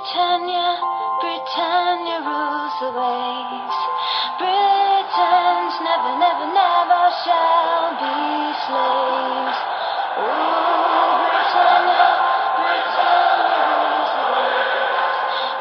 Britannia, Britannia rules the waves. Britons never, never, never shall be slaves. Oh, Britannia, Britannia rules the waves.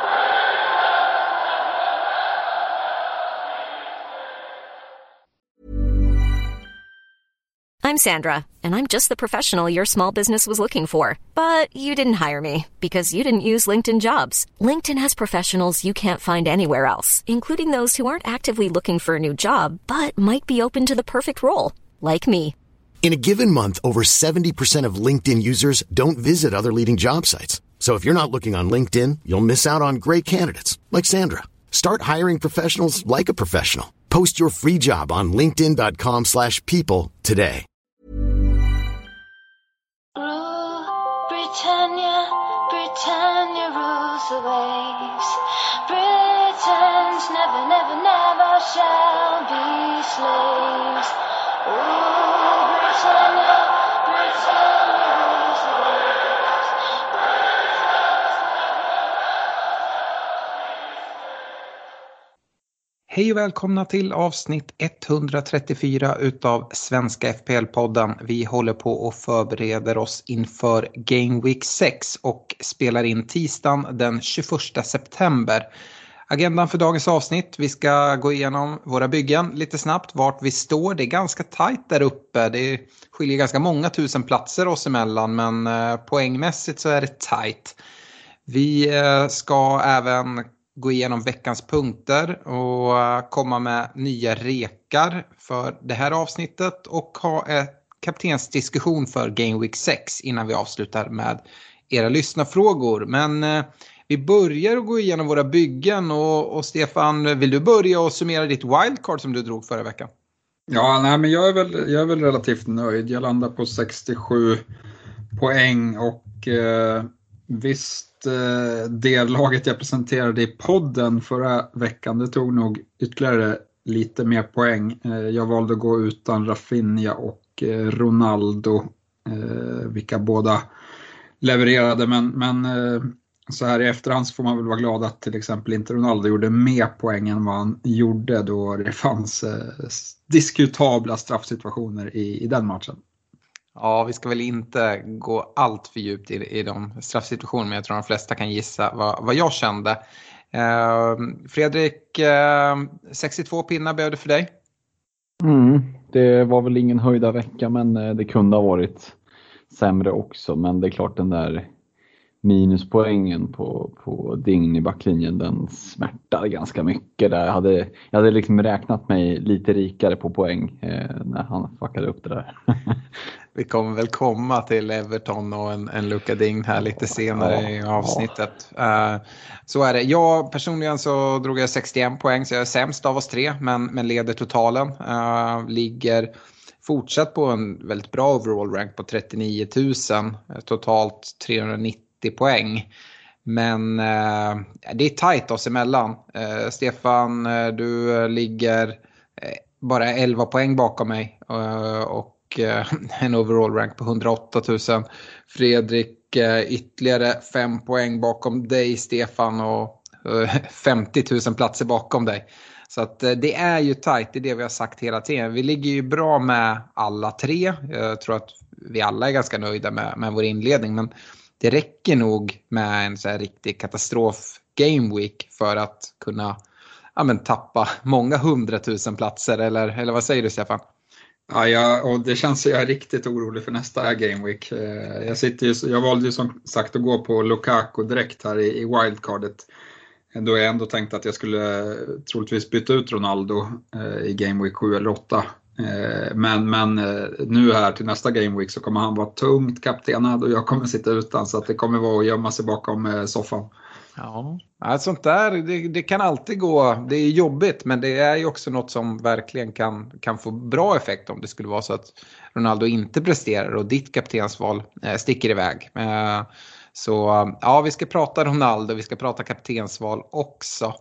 I'm Sandra, and I'm just the professional your small business was looking for. But you didn't hire me because you didn't use LinkedIn Jobs. LinkedIn has professionals you can't find anywhere else, including those who aren't actively looking for a new job, but might be open to the perfect role, like me. In a given month, over 70% of LinkedIn users don't visit other leading job sites. So if you're not looking on LinkedIn, you'll miss out on great candidates like Sandra. Start hiring professionals like a professional. Post your free job on linkedin.com/people today. Britannia, Britannia rules the waves. Britons never, never, never shall be slaves. Oh, Britannia, Britannia rules the waves. Hej och välkomna till avsnitt 134 utav Svenska FPL-podden. Vi håller på och förbereder oss inför Game Week 6 och spelar in tisdagen den 21 september. Agendan för dagens avsnitt, vi ska gå igenom våra byggen lite snabbt, vart vi står. Det är ganska tajt där uppe, det skiljer ganska många tusen platser oss emellan, men poängmässigt så är det tajt. Vi ska även gå igenom veckans punkter och komma med nya rekar för det här avsnittet och ha ett kaptensdiskussion för Game Week 6 innan vi avslutar med era lyssnarfrågor. Men vi börjar att gå igenom våra byggen och Stefan, vill du börja och summera ditt wildcard som du drog förra veckan? Ja, nej, men jag är väl relativt nöjd. Jag landar på 67 poäng och visst, det laget jag presenterade i podden förra veckan, det tog nog ytterligare lite mer poäng. Jag valde att gå utan Rafinha och Ronaldo, vilka båda levererade, men så här i efterhand så får man väl vara glad att till exempel inte Ronaldo gjorde mer poäng än vad han gjorde, då det fanns diskutabla straffsituationer i den matchen. Ja, vi ska väl inte gå allt för djupt i de straffsituationerna, men jag tror de flesta kan gissa vad jag kände. Fredrik, 62 pinnar blev det för dig? Det var väl ingen höjda vecka, men det kunde ha varit sämre också. Men det är klart, den där minuspoängen på Dign i backlinjen, den smärtade ganska mycket. Där jag hade liksom räknat mig lite rikare på poäng när han fuckade upp det där. Vi kommer väl komma till Everton och en Luka Dign här lite senare i avsnittet. Så är det. Jag personligen så drog jag 61 poäng, så jag är sämst av oss tre, men leder totalen. Ligger fortsatt på en väldigt bra overall rank på 39 000, totalt 390 poäng. Men det är tajt oss emellan. Stefan, du ligger bara 11 poäng bakom mig och en overall rank på 108 000. Fredrik ytterligare 5 poäng bakom dig, Stefan, och 50 000 platser bakom dig. Så att det är ju tajt, det är det vi har sagt hela tiden. Vi ligger ju bra med alla tre. Jag tror att vi alla är ganska nöjda med vår inledning, men det räcker nog med en så här riktig katastrof game week för att kunna tappa många 100 000 platser. Eller vad säger du, Stefan? Ja, och det känns jag är riktigt orolig för nästa game week. Jag valde ju som sagt att gå på Lukaku direkt här i wildcardet. Då jag ändå tänkte att jag skulle troligtvis byta ut Ronaldo i game week 7 eller 8. Men nu här till nästa game week så kommer han vara tungt kaptenad och jag kommer sitta utan, så att det kommer vara att gömma sig bakom soffan. Ja, sånt där, det kan alltid gå. Det är jobbigt, men det är ju också något som verkligen kan få bra effekt om det skulle vara så att Ronaldo inte presterar och ditt kaptensval sticker iväg. Så ja, vi ska prata Ronaldo, vi ska prata kaptensval också.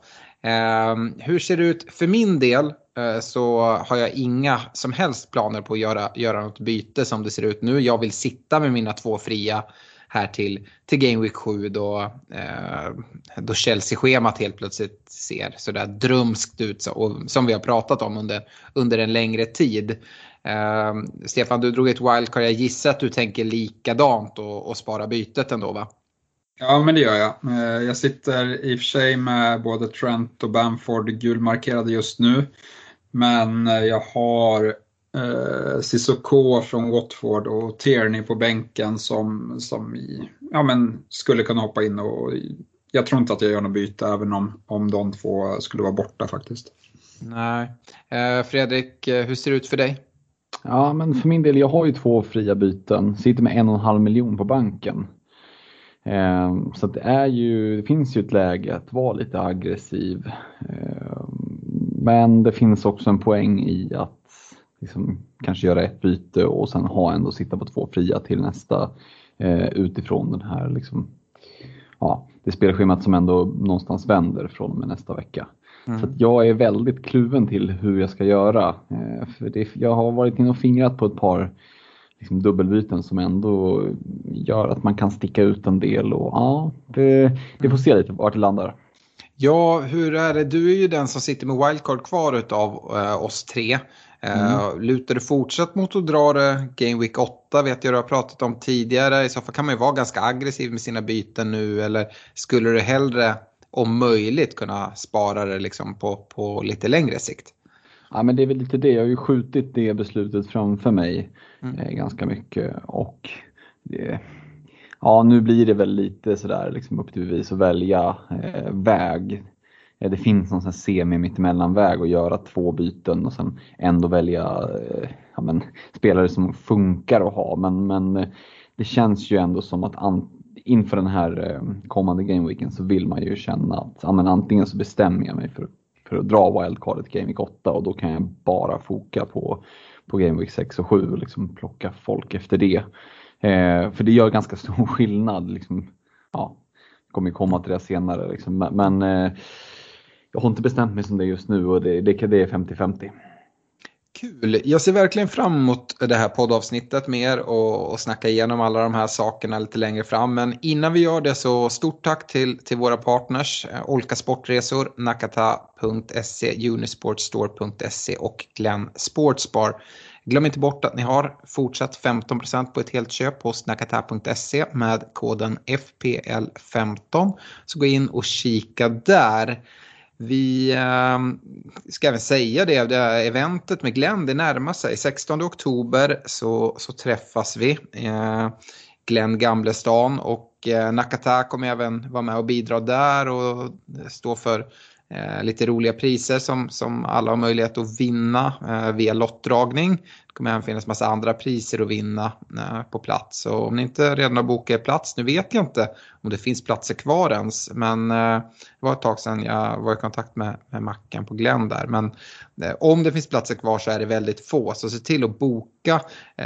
Hur ser det ut för min del? Så har jag inga som helst planer på att göra något byte som det ser ut nu. Jag vill sitta med mina två fria här till Game Week 7 då Chelsea-schemat helt plötsligt ser så där drömskt ut och som vi har pratat om under en längre tid. Stefan, du drog ett wildcard. Jag gissar att du tänker likadant och spara bytet ändå, va? Ja, men det gör jag. Jag sitter i och för sig med både Trent och Bamford gulmarkerade just nu. Men jag har Sissoko från Watford och Tierney på bänken som skulle kunna hoppa in. Och jag tror inte att jag gör något byte även om de två skulle vara borta faktiskt. Nej. Fredrik, hur ser det ut för dig? Ja, men för min del, jag har ju 2 fria byten. Sitter med 1,5 miljon på banken. Så att det finns ju ett läge att vara lite aggressiv. Men det finns också en poäng i att liksom, kanske göra ett byte och sen ändå sitta på 2 fria till nästa utifrån den här liksom, det spelschemat som ändå någonstans vänder från och med nästa vecka. Så att jag är väldigt kluven till hur jag ska göra. För jag har varit in och fingrat på ett par liksom dubbelbyten som ändå gör att man kan sticka ut en del. Och det får se lite vart det landar. Ja, hur är det? Du är ju den som sitter med wildcard kvar utav oss 3. Lutar du fortsatt mot att dra det Game Week 8? Vet jag du har pratat om tidigare. I så fall kan man ju vara ganska aggressiv med sina byten nu. Eller skulle du hellre om möjligt kunna spara det liksom på lite längre sikt? Ja, men det är väl lite det. Jag har ju skjutit det beslutet framför mig ganska mycket. Och nu blir det väl lite sådär liksom upp till bevis att välja väg. Det finns någon sån här semi-mittemellanväg att göra 2 byten och sen ändå välja spelare som funkar att ha. Men det känns ju ändå som att inför den här kommande gameweeken så vill man ju känna att antingen så bestämmer jag mig för att dra wildcardet Game Week 8 och då kan jag bara foka på Game Week 6 och 7 och liksom plocka folk efter det. För det gör ganska stor skillnad. Liksom, kommer komma till det senare. Liksom. Men jag har inte bestämt mig som det är just nu och det är 50-50. Kul. Jag ser verkligen fram emot det här poddavsnittet mer och snacka igenom alla de här sakerna lite längre fram. Men innan vi gör det så stort tack till våra partners. Olka Sportresor, Nakata.se, Unisportstore.se och Glenn Sportsbar. Glöm inte bort att ni har fortsatt 15% på ett helt köp hos nakata.se med koden FPL15. Så gå in och kika där. Vi ska även säga det här eventet med Glenn, det närmar sig. 16 oktober så träffas vi. Glenn Gamlestan och Nakata kommer även vara med och bidra där och stå för lite roliga priser som alla har möjlighet att vinna via lottdragning. Det kommer även finnas massa andra priser att vinna på plats. Så om ni inte redan har bokat plats, nu vet jag inte om det finns platser kvar ens. Men det var ett tag sedan jag var i kontakt med Mackan på Glenn där. Men om det finns platser kvar så är det väldigt få. Så se till att boka.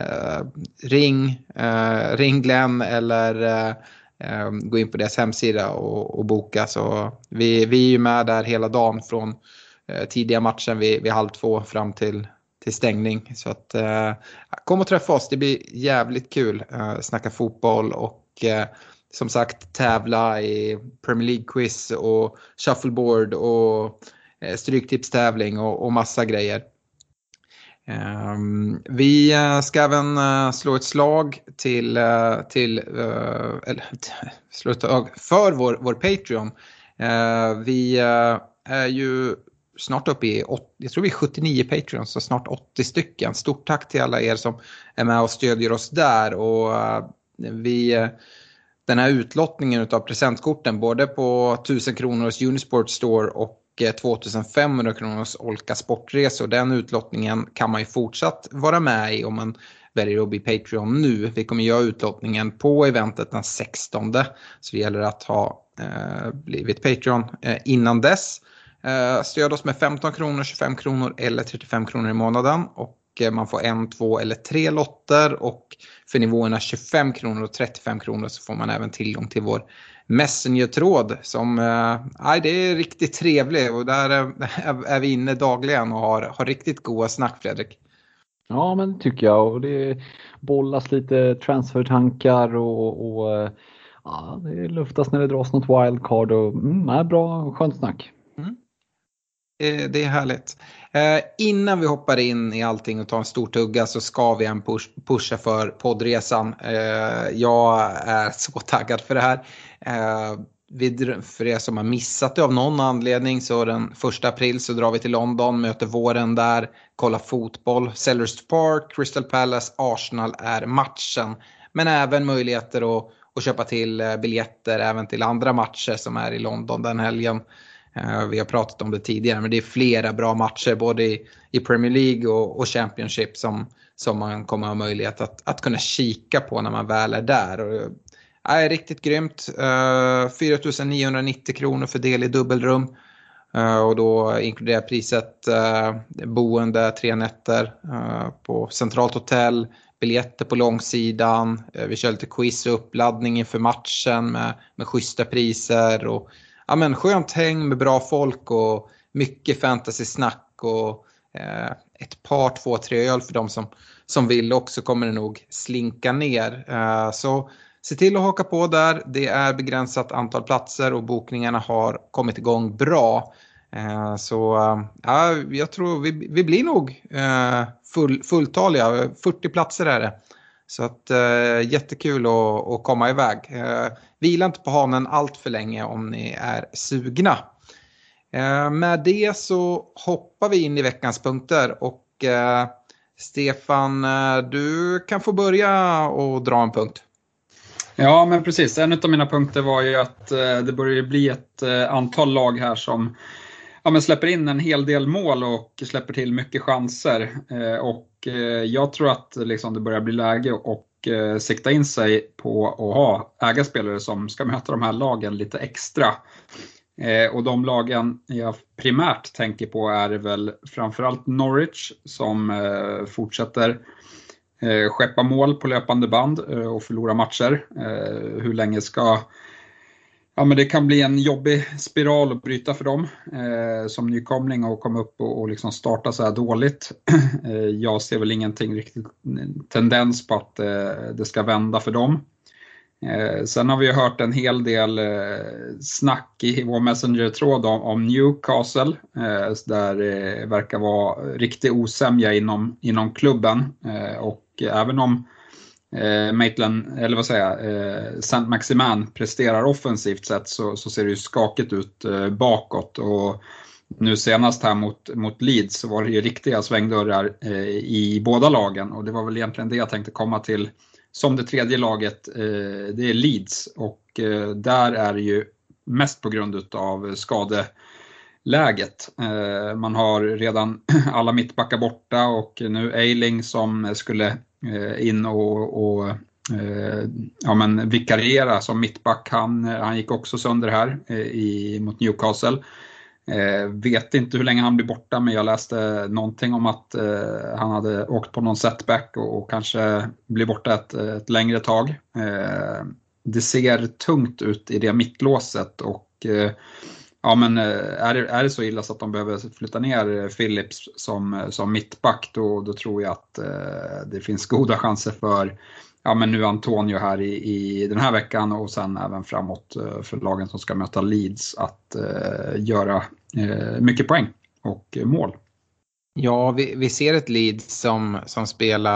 Ring Glenn eller gå in på deras hemsida och boka. Så vi är ju med där hela dagen från tidiga matchen vid 12:30 fram till stängning. Så att kom och träffa oss, det blir jävligt kul. Snacka fotboll och som sagt tävla i Premier League-quiz och shuffleboard och stryktipstävling och massa grejer. Vi ska även slå ett slag för vår Patreon. Vi är ju snart uppe i jag tror vi är 79 Patreons, så snart 80 stycken. Stort tack till alla er som är med och stödjer oss där. Och den här utlottningen av presentkorten både på 1000 kronor hos Unisport Store och 2500 kronor hos Olka Sportresor. Den utlottningen kan man ju fortsatt vara med i om man väljer att bli Patreon nu. Vi kommer göra utlottningen på eventet den 16. Så det gäller att ha blivit Patreon innan dess. Stöd oss med 15 kronor, 25 kronor eller 35 kronor i månaden. Och man får 1, 2 eller 3 lotter. Och för nivåerna 25 kronor och 35 kronor så får man även tillgång till vår Messenger-tråd som det är riktigt trevlig. Och där är vi inne dagligen och har riktigt goda snack, Fredrik. Ja, men tycker jag. Och det bollas lite transfertankar och ja, det luftas när det dras något wildcard. Och, bra, skönt snack. Det är härligt. Innan vi hoppar in i allting och tar en stor tugga så ska vi pusha för poddresan. Jag är så taggad för det här. För er som har missat det av någon anledning så den 1 april så drar vi till London, möter våren där, kollar fotboll. Sellers Park, Crystal Palace, Arsenal är matchen. Men även möjligheter att köpa till biljetter även till andra matcher som är i London den helgen. Vi har pratat om det tidigare, men det är flera bra matcher både i Premier League och Championship som man kommer ha möjlighet att kunna kika på när man väl är där. Och, är riktigt grymt. 4 990 kronor för del i dubbelrum. Och då inkluderar priset boende 3 nätter på centralt hotell, biljetter på långsidan. Vi kör lite quiz och uppladdning inför matchen med schyssta priser och ja, men skönt häng med bra folk och mycket fantasy-snack och ett par, 2-3 öl för de som vill också kommer det nog slinka ner. Så se till att haka på där. Det är begränsat antal platser och bokningarna har kommit igång bra. Så ja, jag tror vi blir nog fulltaliga. 40 platser är det. Så att jättekul att komma iväg. Vila inte på hanen allt för länge om ni är sugna. Med det så hoppar vi in i veckans punkter. Och Stefan, du kan få börja och dra en punkt. Ja, men precis. En av mina punkter var ju att det börjar bli ett antal lag här som släpper in en hel del mål och släpper till mycket chanser. Och jag tror att liksom det börjar bli läge och sikta in sig på att ha ägarspelare som ska möta de här lagen lite extra. Och de lagen jag primärt tänker på är väl framförallt Norwich som fortsätter skeppa mål på löpande band och förlora matcher. Hur länge ska... Ja, men det kan bli en jobbig spiral att bryta för dem som nykomling och komma upp och liksom starta så här dåligt. Jag ser väl ingenting riktigt tendens på att det ska vända för dem. Sen har vi hört en hel del snack i vår Messenger-tråd om Newcastle. Där det verkar vara riktig osämja inom klubben. Och även om Maitland, eller vad säger jag, Saint-Maximin presterar offensivt sett så ser det ju skakigt ut bakåt. Och nu senast här mot Leeds så var det ju riktiga svängdörrar i båda lagen. Och det var väl egentligen det jag tänkte komma till. Som det tredje laget, det är Leeds och där är det ju mest på grund av skadeläget. Man har redan alla mittbackar borta och nu Eiling som skulle in och vikariera som mittback. Han gick också sönder här mot Newcastle. Vet inte hur länge han blir borta, men jag läste någonting om att han hade åkt på någon setback och kanske blir borta ett längre tag. Det ser tungt ut i det mittlåset och är det så illa så att de behöver flytta ner Phillips som mittback då tror jag att det finns goda chanser för nu Antonio här i den här veckan och sen även framåt för lagen som ska möta Leeds att göra mycket poäng och mål. Ja, vi ser ett Leeds som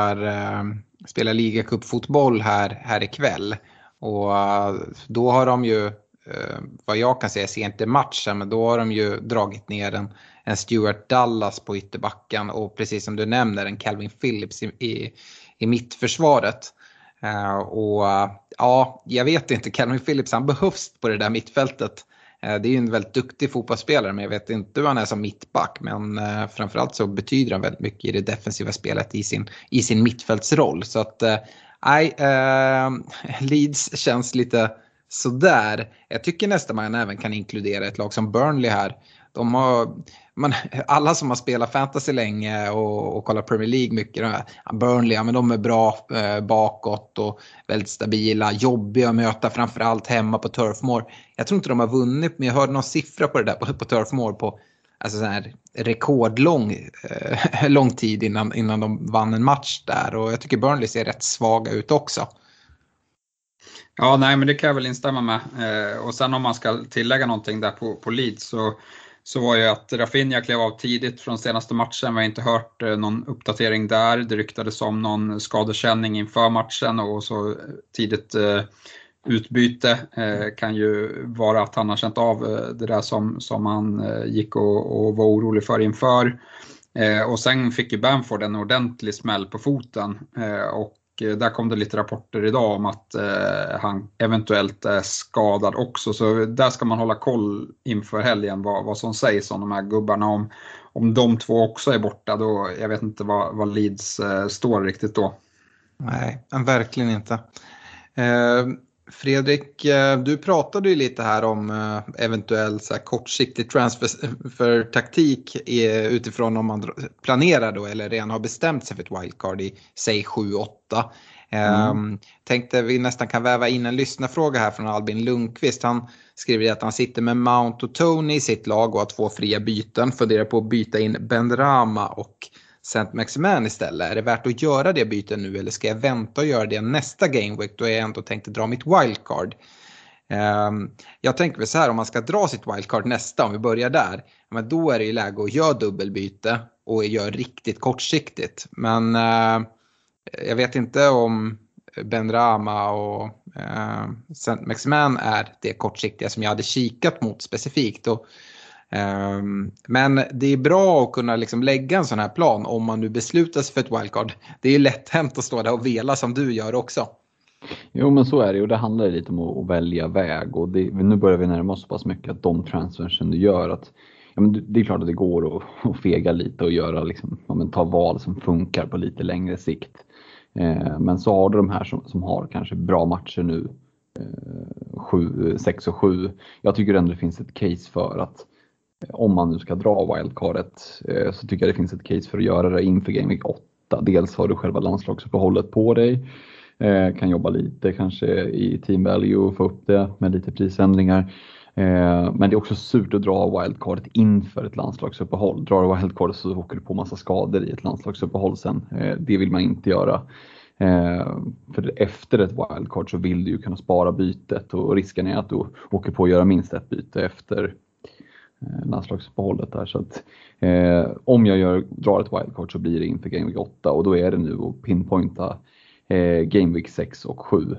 spelar ligacupfotboll här ikväll. Och då har de ju, vad jag kan säga, ser inte matchen, men då har de ju dragit ner en Stuart Dallas på ytterbacken och precis som du nämner en Calvin Phillips i mittförsvaret. Och ja, jag vet inte, Calvin Phillips han behövs på det där mittfältet. Det är ju en väldigt duktig fotbollsspelare, men jag vet inte hur han är som mittback, men framförallt så betyder han väldigt mycket i det defensiva spelet i sin mittfältsroll. Så att Leeds känns lite sådär. Jag tycker nästan man även kan inkludera ett lag som Burnley här. Alla som har spelat fantasy länge och kollar Premier League mycket, Burnley, men de är bra bakåt och väldigt stabila, jobbiga att möta framförallt hemma på Turf Moor. Jag tror inte de har vunnit, men jag hörde någon siffra på det där på Turf Moor på alltså så här rekordlång lång tid innan de vann en match där. Och jag tycker Burnley ser rätt svaga ut också. Ja, nej, men det kan jag väl instämma med. Och sen om man ska tillägga någonting där på Leeds så var ju att Rafinha klev av tidigt från senaste matchen. Vi har inte hört någon uppdatering där. Det ryktades om någon skadekänning inför matchen och så tidigt utbyte. Kan ju vara att han har känt av det där som han gick och var orolig för inför. Och sen fick ju Bamford en ordentlig smäll på foten och där kom det lite rapporter idag om att han eventuellt är skadad också. Så där ska man hålla koll inför helgen vad som sägs om de här gubbarna. Om de två också är borta, då jag vet inte vad Leeds står riktigt då. Nej, verkligen inte. Fredrik, du pratade ju lite här om eventuell så här kortsiktig transfer-taktik utifrån om man planerar då eller redan har bestämt sig för ett wildcard i säg 7-8. Tänkte vi nästan kan väva in en lyssnarfråga här från Albin Lundqvist. Han skriver att han sitter med Mount och Tony i sitt lag och har 2 fria byten. Funderar på att byta in Benrahma och Saint-Maximin istället. Är det värt att göra det bytet nu eller ska jag vänta och göra det nästa gameweek då jag ändå tänkte dra mitt wildcard? Jag tänker väl så här, om man ska dra sitt wildcard nästa, om vi börjar där, men då är det ju läge att göra dubbelbyte och göra riktigt kortsiktigt. Men jag vet inte om Benrahma och Saint-Maximin är det kortsiktiga som jag hade kikat mot specifikt. Men det är bra att kunna liksom lägga en sån här plan om man nu beslutar sig för ett wildcard. Det är ju lätt hänt att stå där och vela som du gör också. Jo, men så är det, och det handlar lite om att välja väg, och nu börjar vi närma oss så pass mycket att de transfersen du gör, att ja, men det är klart att det går att fega lite och göra liksom, ja, men ta val som funkar på lite längre sikt. Men så har du de här som har kanske bra matcher nu, 6 och 7. Jag tycker ändå det finns ett case för att om man nu ska dra wildcardet, så tycker jag det finns ett case för att göra det inför Game Week 8. Dels har du själva landslagsuppehållet på dig, kan jobba lite kanske i team value och få upp det med lite prisändringar. Men det är också surt att dra wildcardet inför ett landslagsuppehåll. Drar du wildcardet så åker du på massa skador i ett landslagsuppehåll sen. Det vill man inte göra. För efter ett wildcard så vill du ju kunna spara bytet, och risken är att du åker på att göra minst ett byte efter landslagsuppehållet där. Så att, om jag drar ett wildcard så blir det inför Game Week 8, och då är det nu att pinpointa Game Week 6 och 7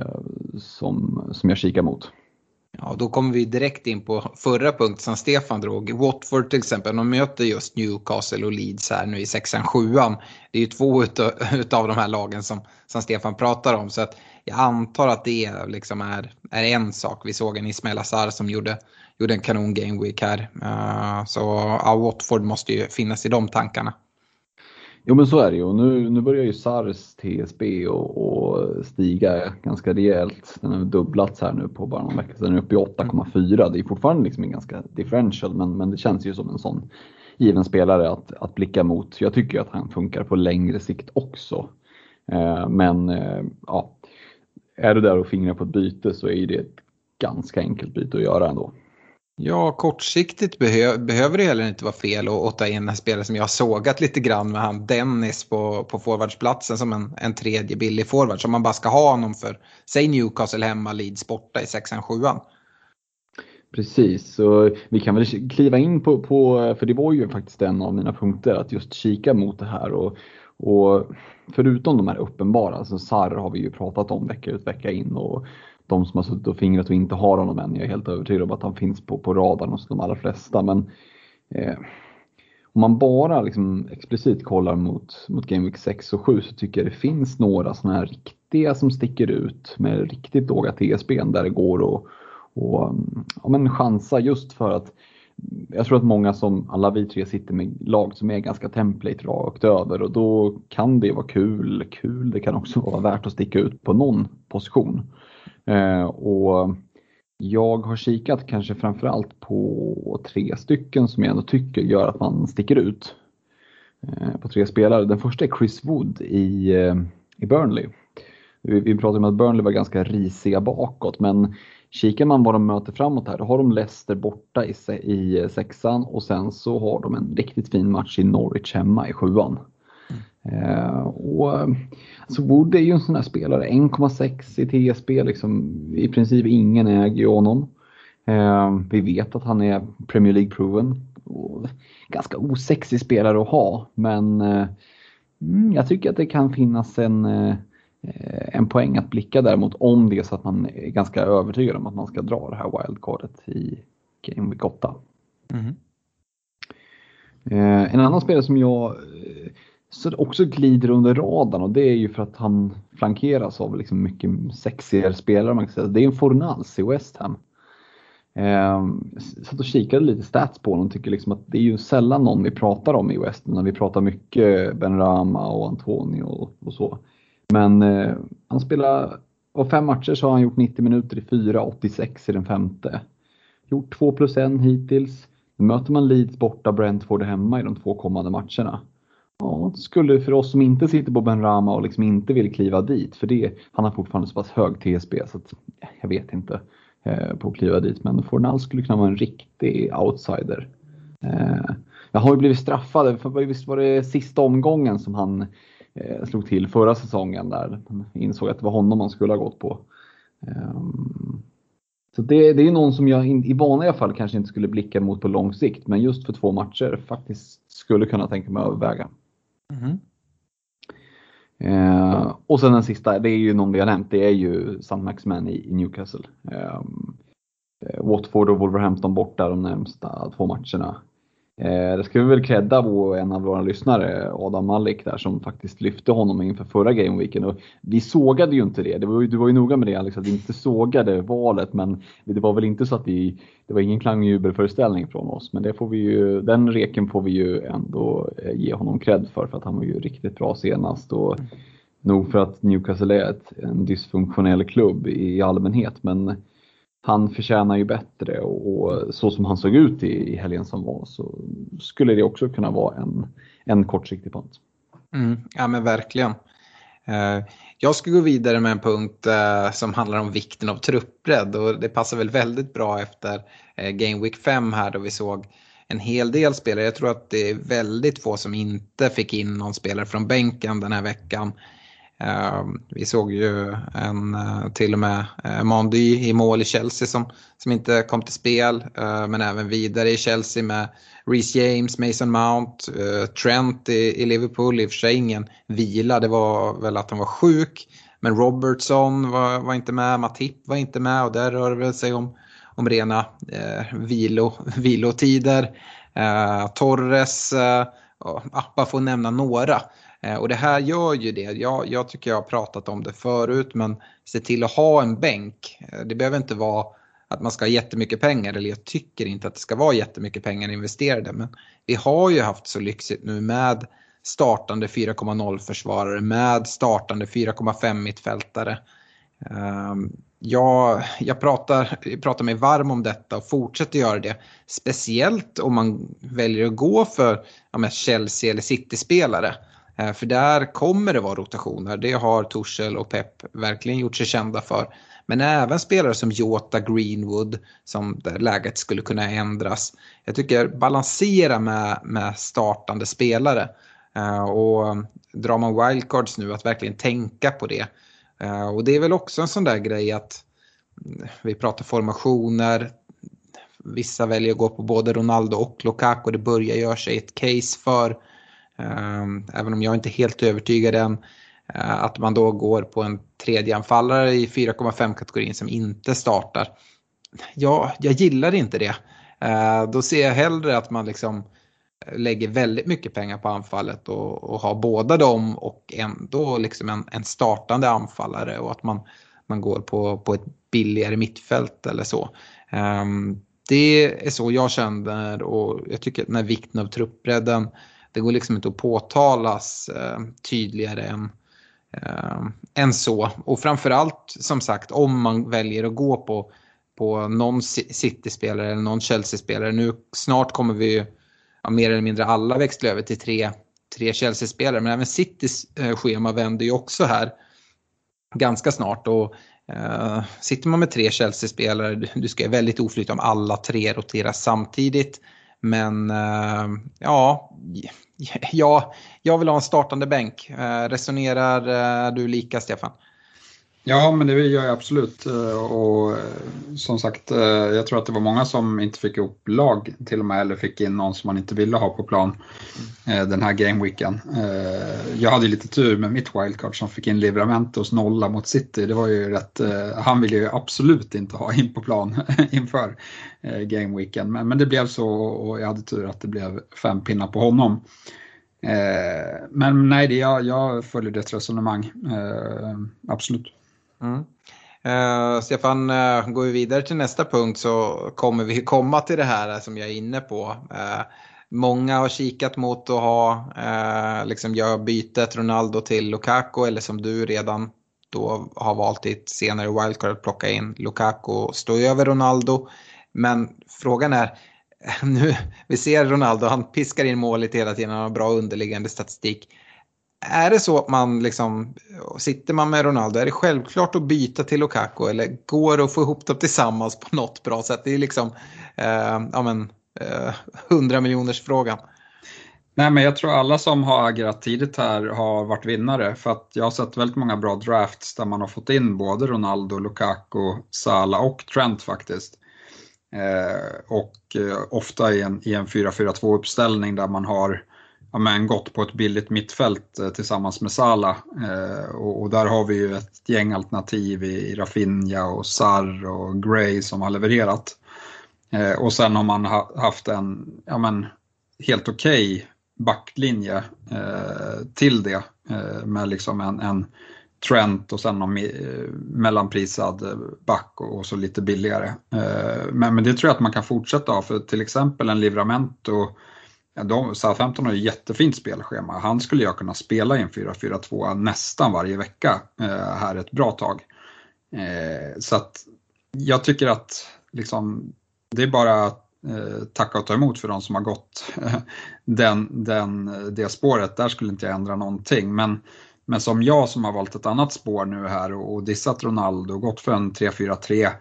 som jag kikar mot. Ja, då kommer vi direkt in på förra punkt som Stefan drog. Watford till exempel, de möter just Newcastle och Leeds här nu i 6-7. Det är ju 2 utav de här lagen som Stefan pratar om. Så att jag antar att det liksom är en sak. Vi såg en Ismail Assar som gjorde en kanon game week här. Så ja, Watford måste ju finnas i de tankarna. Jo, men så är det ju. Nu börjar ju Sars TSB och stiga ganska rejält. Den har dubblats här nu på bara någon vecka. Den är uppe i 8,4. Det är fortfarande liksom en ganska differential, men det känns ju som en sån given spelare att blicka mot. Jag tycker att han funkar på längre sikt också. Men ja, är du där och fingrar på ett byte så är det ett ganska enkelt byte att göra ändå. Ja, kortsiktigt behöver det heller inte vara fel att ta in en spelare som jag har sågat lite grann med han Dennis på forwardsplatsen som en tredje billig forward. Som man bara ska ha honom för, säg Newcastle hemma, Leeds borta i 6-7. Precis, så vi kan väl kliva in på för det var ju faktiskt en av mina punkter att just kika mot det här. Och förutom de här uppenbara, så Sarr har vi ju pratat om vecka ut vecka in, och de som har suttit och fingrat och inte har honom än, jag är helt övertygad om att han finns på radarn hos de allra flesta. Men om man bara liksom explicit kollar mot Game Week 6 och 7 så tycker jag det finns några sådana här riktiga som sticker ut med riktigt låga TSB där det går och chansa, just för att jag tror att många som alla vi tre sitter med lag som är ganska template rakt över, och då kan det vara kul. Det kan också vara värt att sticka ut på någon position. Och jag har kikat kanske framförallt på 3 stycken som jag ändå tycker gör att man sticker ut på 3 spelare. Den första är Chris Wood i Burnley. Vi pratade om att Burnley var ganska risiga bakåt, men kikar man vad de möter framåt här, då har de Leicester borta i 6:an och sen så har de en riktigt fin match i Norwich hemma i 7:an. Så Wood är ju en sån här spelare, 1,6 i TSB, liksom, i princip ingen äger ju honom. Vi vet att han är Premier League-proven och ganska osexig spelare att ha, men jag tycker att det kan finnas en poäng att blicka däremot om det är så att man är ganska övertygad om att man ska dra det här wildcardet i Game Week 8. En annan spelare som jag så också glider under radarn, och det är ju för att han flankeras av liksom mycket sexigare spelare, man kan säga. Det är en Fornals i West Ham. Så då kikade lite stats på honom och tycker liksom att det är ju sällan någon vi pratar om i West Ham, när vi pratar mycket Benrahma och Antonio och så. Men han spelar av 5 matcher så har han gjort 90 minuter i 4, 86 i den 5:e. Gjort 2+1 hittills. Nu möter man Leeds borta, Brentford hemma i de 2 kommande matcherna. Ja, det skulle för oss som inte sitter på Benrahma och liksom inte vill kliva dit, för han har fortfarande så pass hög TSB så att jag vet inte på att kliva dit, men Fornals skulle kunna vara en riktig outsider. Jag har ju blivit straffad, för visst var det sista omgången som han slog till förra säsongen där man insåg att det var honom man skulle ha gått på. Så det är någon som jag i vanliga fall kanske inte skulle blicka mot på lång sikt, men just för 2 matcher faktiskt skulle kunna tänka mig att överväga. Och sen den sista, det är ju någon vi har nämnt, det är ju Saint-Maximin i Newcastle. Watford och Wolverhampton borta de närmsta 2 matcherna. Det ska vi väl credda på en av våra lyssnare, Adam Malik där, som faktiskt lyfte honom inför förra gameweeken, och vi sågade ju inte det. Du var ju noga med det, Alex, att vi inte sågade valet, men det var väl inte så att det var ingen klang- och jubelföreställning från oss, men den reken får vi ju ändå ge honom cred för att han var ju riktigt bra senast, och nog för att Newcastle är en dysfunktionell klubb i allmänhet, men han förtjänar ju bättre, och så som han såg ut i helgen som var, så skulle det också kunna vara en kortsiktig punt. Ja, men verkligen. Jag ska gå vidare med en punkt som handlar om vikten av truppbredd, och det passar väl väldigt bra efter Game Week 5 här, då vi såg en hel del spelare. Jag tror att det är väldigt få som inte fick in någon spelare från bänken den här veckan. Vi såg ju till och med Mandy i mål i Chelsea som inte kom till spel, men även vidare i Chelsea med Reece James, Mason Mount, Trent i Liverpool. I och för sig ingen vila, det var väl att han var sjuk, men Robertson var inte med, Matip var inte med, och där rör det väl sig om rena vilotider. Torres, bara får nämna några. Och det här gör ju det. Jag tycker jag har pratat om det förut, men se till att ha en bänk. Det behöver inte vara att man ska ha jättemycket pengar, eller jag tycker inte att det ska vara jättemycket pengar investerade, men vi har ju haft så lyxigt nu med startande 4,0 försvarare, med startande 4,5 mittfältare. Jag pratar mig varm om detta och fortsätter göra det, speciellt om man väljer att gå för Chelsea eller City-spelare. För där kommer det vara rotationer. Det har Tuchel och Pep verkligen gjort sig kända för. Men även spelare som Jota, Greenwood, som där läget skulle kunna ändras. Jag tycker balansera med startande spelare. Och drar man wildcards nu, att verkligen tänka på det. Och det är väl också en sån där grej att vi pratar formationer. Vissa väljer att gå på både Ronaldo och Lukaku. Det börjar göra sig ett case för, även om jag inte är helt övertygad än, att man då går på en tredje anfallare i 4,5-kategorin som inte startar. Jag gillar inte det. Då ser jag hellre att man liksom lägger väldigt mycket pengar på anfallet och har båda dem och ändå liksom en startande anfallare, och att man går på ett billigare mittfält eller så. Det är så jag känner, och jag tycker att den här vikten av truppbredden, det går liksom inte att påtalas tydligare än så. Och framförallt, som sagt, om man väljer att gå på någon City-spelare eller någon Chelsea-spelare. Nu snart kommer vi mer eller mindre alla växla över till tre Chelsea-spelare. Men även Citys schema vänder ju också här ganska snart. Och Sitter man med 3 Chelsea-spelare, du ska vara väldigt oflyt om alla 3 roteras samtidigt. Men jag vill ha en startande bänk. Resonerar du lika, Stefan? Ja, men det gör jag absolut. Och som sagt, jag tror att det var många som inte fick ihop lag till och med, eller fick in någon som man inte ville ha på plan den här gameweeken. Jag hade lite tur med mitt wildcard som fick in Livramentos 0 mot City. Det var ju rätt, han ville ju absolut inte ha in på plan inför gameweeken. Men det blev så, och jag hade tur att det blev 5 pinnar på honom. Men nej, jag följer det resonemang. Absolut. Stefan, går vi vidare till nästa punkt så kommer vi komma till det här som jag är inne på. Många har kikat mot att ha göra bytet Ronaldo till Lukaku, eller som du redan då har valt i ett senare wildcard att plocka in Lukaku och stå över Ronaldo. Men frågan är, nu vi ser Ronaldo, han piskar in målet hela tiden, han har bra underliggande statistik. Är det så att man sitter man med Ronaldo, är det självklart att byta till Lukaku, eller går det att få ihop dem tillsammans på något bra sätt? Det är 100 miljoners frågan. Nej, men jag tror alla som har agerat tidigt här har varit vinnare, för att jag har sett väldigt många bra drafts där man har fått in både Ronaldo, Lukaku, Salah och Trent faktiskt. Ofta i en 4-4-2 uppställning där man har gått på ett billigt mittfält tillsammans med Salah, och där har vi ju ett gäng alternativ i Rafinha och Sarr och Gray som har levererat, och sen har man haft en helt okej backlinje till det, med en Trent och sen någon mellanprisad back och så lite billigare, men det tror jag att man kan fortsätta ha, för till exempel en Livramento. Southampton har ju jättefint spelschema. Han skulle jag kunna spela i en 4-4-2 nästan varje vecka här ett bra tag. Så att jag tycker att det är bara tacka och ta emot för de som har gått det spåret. Där skulle inte jag ändra någonting. Men som jag som har valt ett annat spår nu här och dissat Ronaldo och gått för en 3-4-3.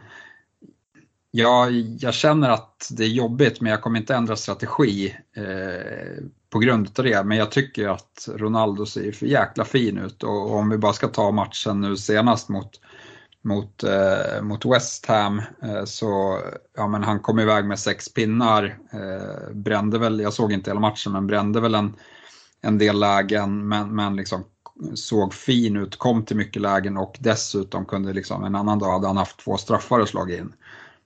Jag känner att det är jobbigt, men jag kommer inte ändra strategi på grund av det. Men jag tycker att Ronaldo ser för jäkla fin ut, och om vi bara ska ta matchen nu senast mot West Ham, så han kom iväg med 6 pinnar, brände väl, jag såg inte hela matchen, men brände väl en del lägen, men såg fin ut, kom till mycket lägen, och dessutom kunde en annan dag hade han haft 2 straffar att slå in.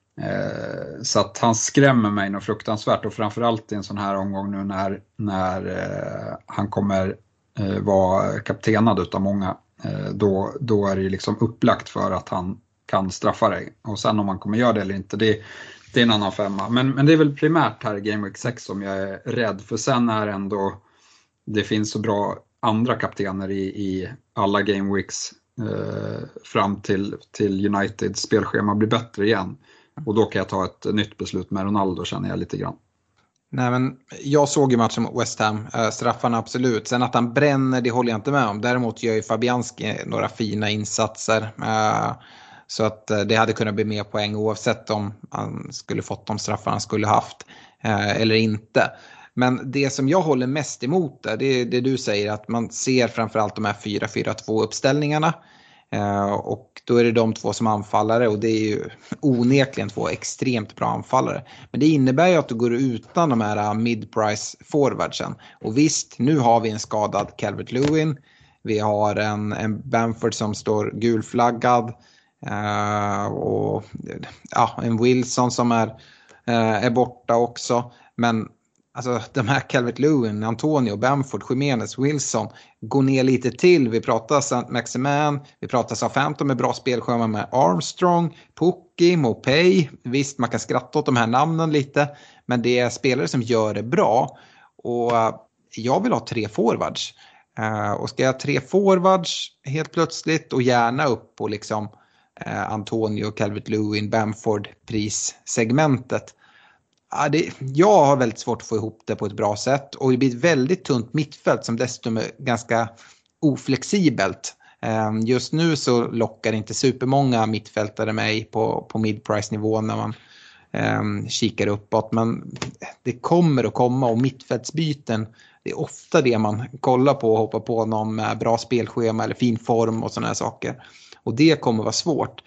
Så att han skrämmer mig nog fruktansvärt, och framförallt i en sån här omgång nu när han kommer vara kaptenad utav många, då är det upplagt för att han kan straffa dig, och sen om man kommer göra det eller inte, det är en annan femma, men det är väl primärt här i Game Week 6 som jag är rädd för. Sen är ändå det finns så bra andra kaptener i alla Game Weeks fram till United spelschema blir bättre igen. Och då kan jag ta ett nytt beslut med Ronaldo, känner jag lite grann. Nej, men jag såg ju matchen mot West Ham, straffarna absolut. Sen att han bränner, det håller jag inte med om. Däremot gör ju Fabianski några fina insatser. Så att det hade kunnat bli mer poäng oavsett om han skulle fått de straffar han skulle haft eller inte. Men det som jag håller mest emot det är det du säger, att man ser framförallt de här 4-4-2 uppställningarna. Och då är det de 2 som anfallare, och det är ju onekligen 2 extremt bra anfallare. Men det innebär ju att du går utan de här mid-price forwardsen. Och visst, nu har vi en skadad Calvert-Lewin. Vi har en Bamford som står gulflaggad. Och en Wilson som är borta också. Men alltså de här Calvert-Lewin, Antonio, Bamford, Jimenez, Wilson går ner lite till. Vi pratar Saint-Maximin, vi pratar Southampton med bra spelschema med Armstrong, Pukki, Mopay. Visst, man kan skratta åt de här namnen lite, men det är spelare som gör det bra. Och jag vill ha 3 forwards. Och ska jag ha 3 forwards helt plötsligt, och gärna upp på Antonio, Calvert-Lewin, Bamford prissegmentet. Jag har väldigt svårt att få ihop det på ett bra sätt, och det blir ett väldigt tunt mittfält som dessutom är ganska oflexibelt. Just nu så lockar inte supermånga mittfältare mig på mid-price-nivå när man kikar uppåt. Men det kommer att komma, och mittfältsbyten, det är ofta det man kollar på och hoppar på någon med bra spelschema eller fin form och sådana här saker. Och det kommer vara svårt.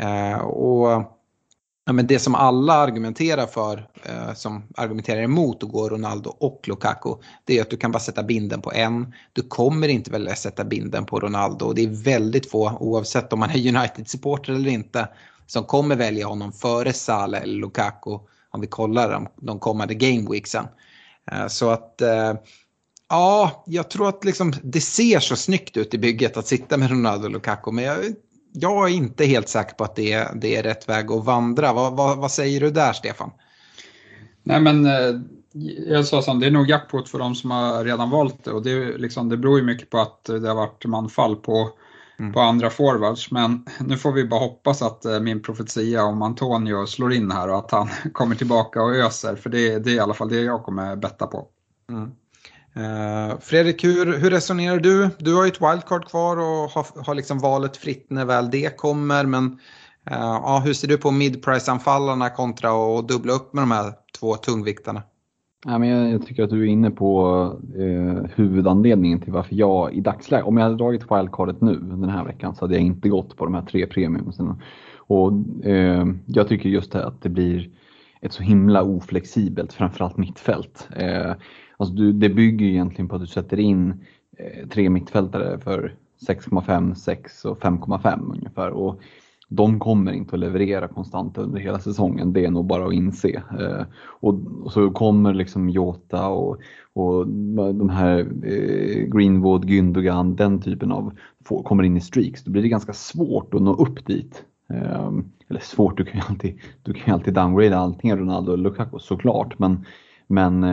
Men det som alla argumenterar för, som argumenterar emot att gå Ronaldo och Lukaku, det är att du kan bara sätta binden på en. Du kommer inte välja sätta binden på Ronaldo, och det är väldigt få, oavsett om man är United-supporter eller inte, som kommer välja honom före Salah eller Lukaku om vi kollar de kommande gameweeksen. Så att ja, jag tror att liksom, det ser så snyggt ut i bygget att sitta med Ronaldo och Lukaku, men jag är inte helt säker på att det är rätt väg att vandra. Vad säger du där, Stefan? Nej, men jag sa som det är nog jackpot för de som har redan valt det, och det beror ju mycket på att det har varit manfall på andra forwards, men nu får vi bara hoppas att min profetia om Antonio slår in här och att han kommer tillbaka och öser, för det är i alla fall det jag kommer betta på. Fredrik, hur resonerar du? Du har ju ett wildcard kvar och har liksom valet fritt när väl det kommer, men hur ser du på mid-price-anfallarna kontra att dubbla upp med de här två tungviktarna? Ja, men jag tycker att du är inne på huvudanledningen till varför jag i dagsläget, om jag hade dragit wildcardet nu den här veckan, så hade jag inte gått på de här 3 premiumsen. Och jag tycker just det att det blir ett så himla oflexibelt, framförallt mittfält. Alltså det bygger ju egentligen på att du sätter in 3 mittfältare för 6,5, 6 och 5,5 ungefär. Och de kommer inte att leverera konstant under hela säsongen. Det är nog bara att inse. Och så kommer liksom Jota och de här Greenwood, Gündogan, den typen av kommer in i streaks. Då blir det ganska svårt att nå upp dit. Eller svårt, du kan ju alltid downgrade allting, Ronaldo och Lukaku såklart. Men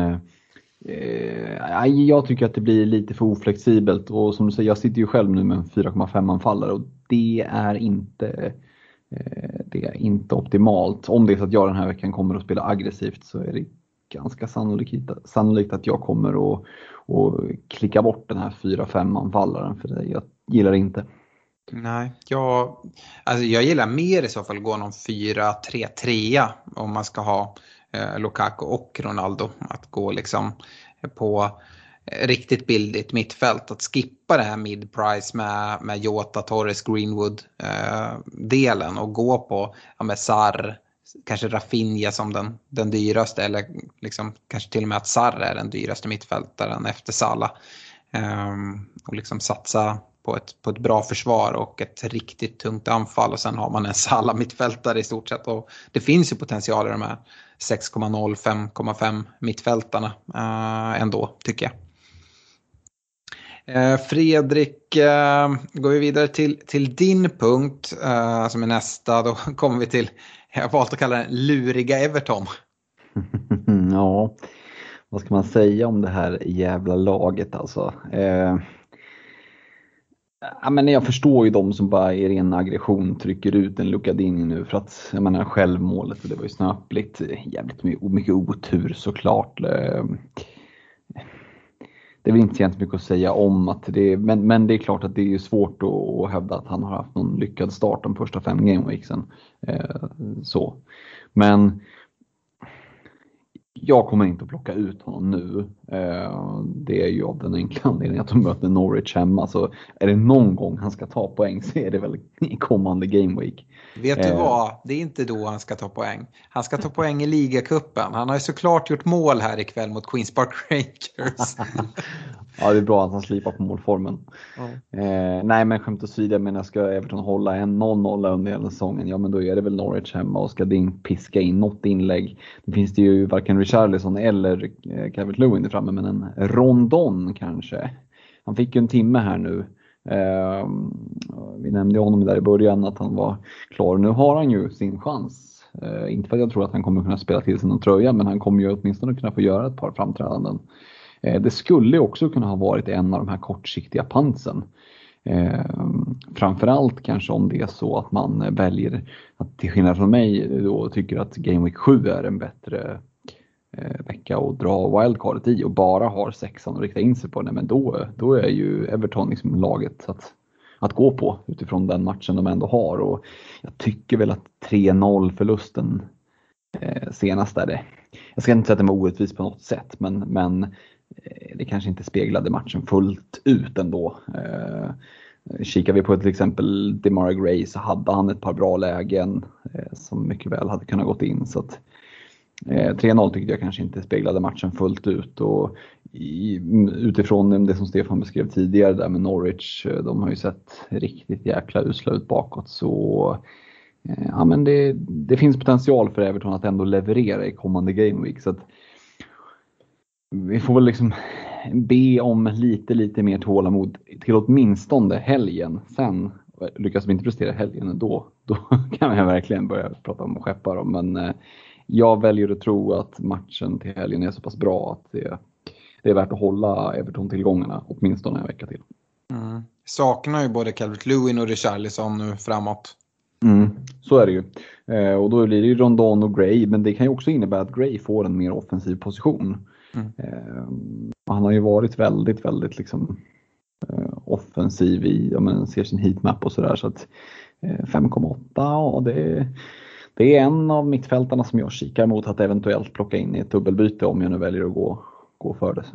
jag tycker att det blir lite för oflexibelt, och som du säger, jag sitter ju själv nu med en 4,5 anfallare, och det är inte optimalt. Om det är så att jag den här veckan kommer att spela aggressivt, så är det ganska sannolikt att jag kommer att klicka bort den här 4-5 anfallaren, för jag gillar det inte. Nej, jag gillar mer i så fall att gå någon 4-3-3 om man ska ha Lukaku och Ronaldo, att gå liksom på riktigt billigt mittfält, att skippa det här mid-price med Jota, Torres, Greenwood delen och gå på med Sarr, kanske Rafinha som den dyraste, eller liksom kanske till och med att Sarr är den dyraste mittfältaren efter Salah, och liksom satsa på ett bra försvar och ett riktigt tungt anfall, och sen har man en Salah mittfältare i stort sett, och det finns ju potential i de här 6,0, 5,5 mittfältarna ändå, tycker jag. Fredrik, går vi vidare till din punkt som är nästa. Då kommer vi till, jag har valt att kalla den luriga Everton. Ja, vad ska man säga om det här jävla laget alltså? Men jag förstår ju de som bara i ren aggression trycker ut en Lucadini nu, för att jag menar självmålet, och det var ju snöpligt, jävligt mycket otur såklart. Det är väl inte så mycket att säga om att men det är klart att det är ju svårt att hävda att han har haft någon lyckad start de första 5 gameweeksen. Så. Men jag kommer inte att plocka ut honom nu. Det är ju av den enkla anledningen att de möter Norwich hemma. Så är det någon gång han ska ta poäng, så är det väl i kommande gameweek. Vet du vad? Det är inte då han ska ta poäng. Han ska ta poäng i ligacupen. Han har ju såklart gjort mål här ikväll mot Queens Park Rangers. Ja, det är bra att han slipar på målformen. Nej, men skämt åsido, men jag ska Everton hålla en 0-0 under hela säsongen. Ja, men då är det väl Norwich hemma, och ska Ding piska in något inlägg. Det finns det ju varken Richarlison eller Calvert-Lewin där framme, men en Rondon kanske. Han fick ju en timme här nu. Vi nämnde honom där i början att han var klar. Nu har han ju sin chans. Inte för att jag tror att han kommer kunna spela till sig någon tröja, men han kommer ju åtminstone kunna få göra ett par framträdanden. Det skulle också kunna ha varit en av de här kortsiktiga pantsen. Framförallt kanske om det är så att man väljer att, till skillnad från mig, då tycker att Game Week 7 är en bättre vecka och dra wildcardet i och bara har 6 och rikta in sig på det, men då är ju Everton liksom laget att gå på utifrån den matchen de ändå har. Och jag tycker väl att 3-0 förlusten senast är det. Jag ska inte säga att det var orättvis på något sätt, men det kanske inte speglade matchen fullt ut ändå. Kikar vi på till exempel Demarai Gray, så hade han ett par bra lägen som mycket väl hade kunnat gått in. Så att 3-0 tyckte jag kanske inte speglade matchen fullt ut. Och utifrån det som Stefan beskrev tidigare där med Norwich, de har ju sett riktigt jäkla usla ut bakåt. Så ja, men det finns potential för Everton att ändå leverera i kommande Game Week. Så att vi får väl liksom be om lite mer tålamod till åtminstone helgen. Sen lyckas vi inte prestera helgen, då kan jag verkligen börja prata om skeppar dem. Men jag väljer att tro att matchen till helgen är så pass bra att det är värt att hålla Everton-tillgångarna åtminstone en vecka till. Saknar ju både Calvert-Lewin och Richarlison nu framåt. Så är det ju. Och då blir det ju Rondon och Gray, men det kan ju också innebära att Gray får en mer offensiv position. Han har ju varit väldigt, väldigt liksom offensiv i, om man ser sin heatmap och sådär, så att 5,8 och det är en av mittfältarna som jag kikar mot att eventuellt plocka in i ett dubbelbyte om jag nu väljer att gå för det.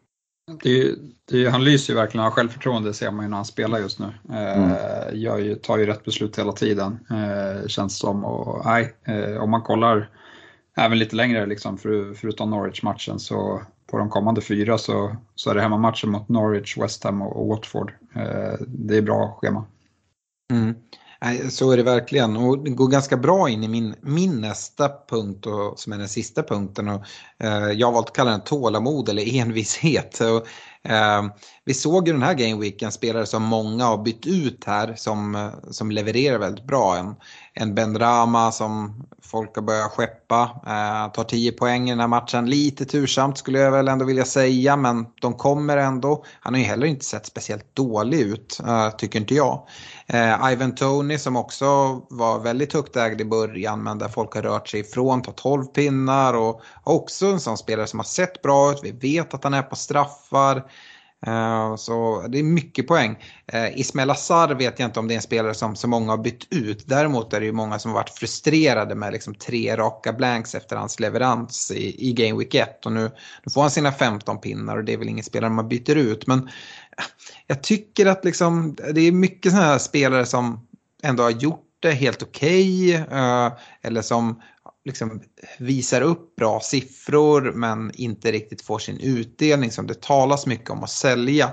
Han lyser ju verkligen av självförtroende, ser man ju när han spelar just nu. Jag tar ju rätt beslut hela tiden, känns som. Och om man kollar även lite längre liksom, förutom Norwich-matchen, så på de kommande 4 så är det hemmamatchen mot Norwich, West Ham och Watford. Det är bra schema. Så är det verkligen, och det går ganska bra in i min nästa punkt, och som är den sista punkten, och jag har valt att kalla den tålamod eller envishet. Och vi såg ju den här gameweeken spelare som många har bytt ut här som levererar väldigt bra. En Benrahma som folk har börjat skeppa, tar 10 poäng i den här matchen. Lite tursamt skulle jag väl ändå vilja säga, men de kommer ändå. Han har ju heller inte sett speciellt dålig ut, tycker inte jag. Ivan Toney som också var väldigt högt ägd i början, men där folk har rört sig ifrån, tar 12 pinnar, och också en sån spelare som har sett bra ut. Vi vet att han är på straffar. Så det är mycket poäng. Ismail Assar vet jag inte om det är en spelare som så många har bytt ut. Däremot är det ju många som har varit frustrerade med liksom 3 raka blanks efter hans leverans i Game Week 1. Och nu får han sina 15 pinnar, och det är väl ingen spelare man byter ut. Men jag tycker att liksom, det är mycket sådana här spelare som ändå har gjort det helt okej, eller som liksom visar upp bra siffror men inte riktigt får sin utdelning som det talas mycket om att sälja.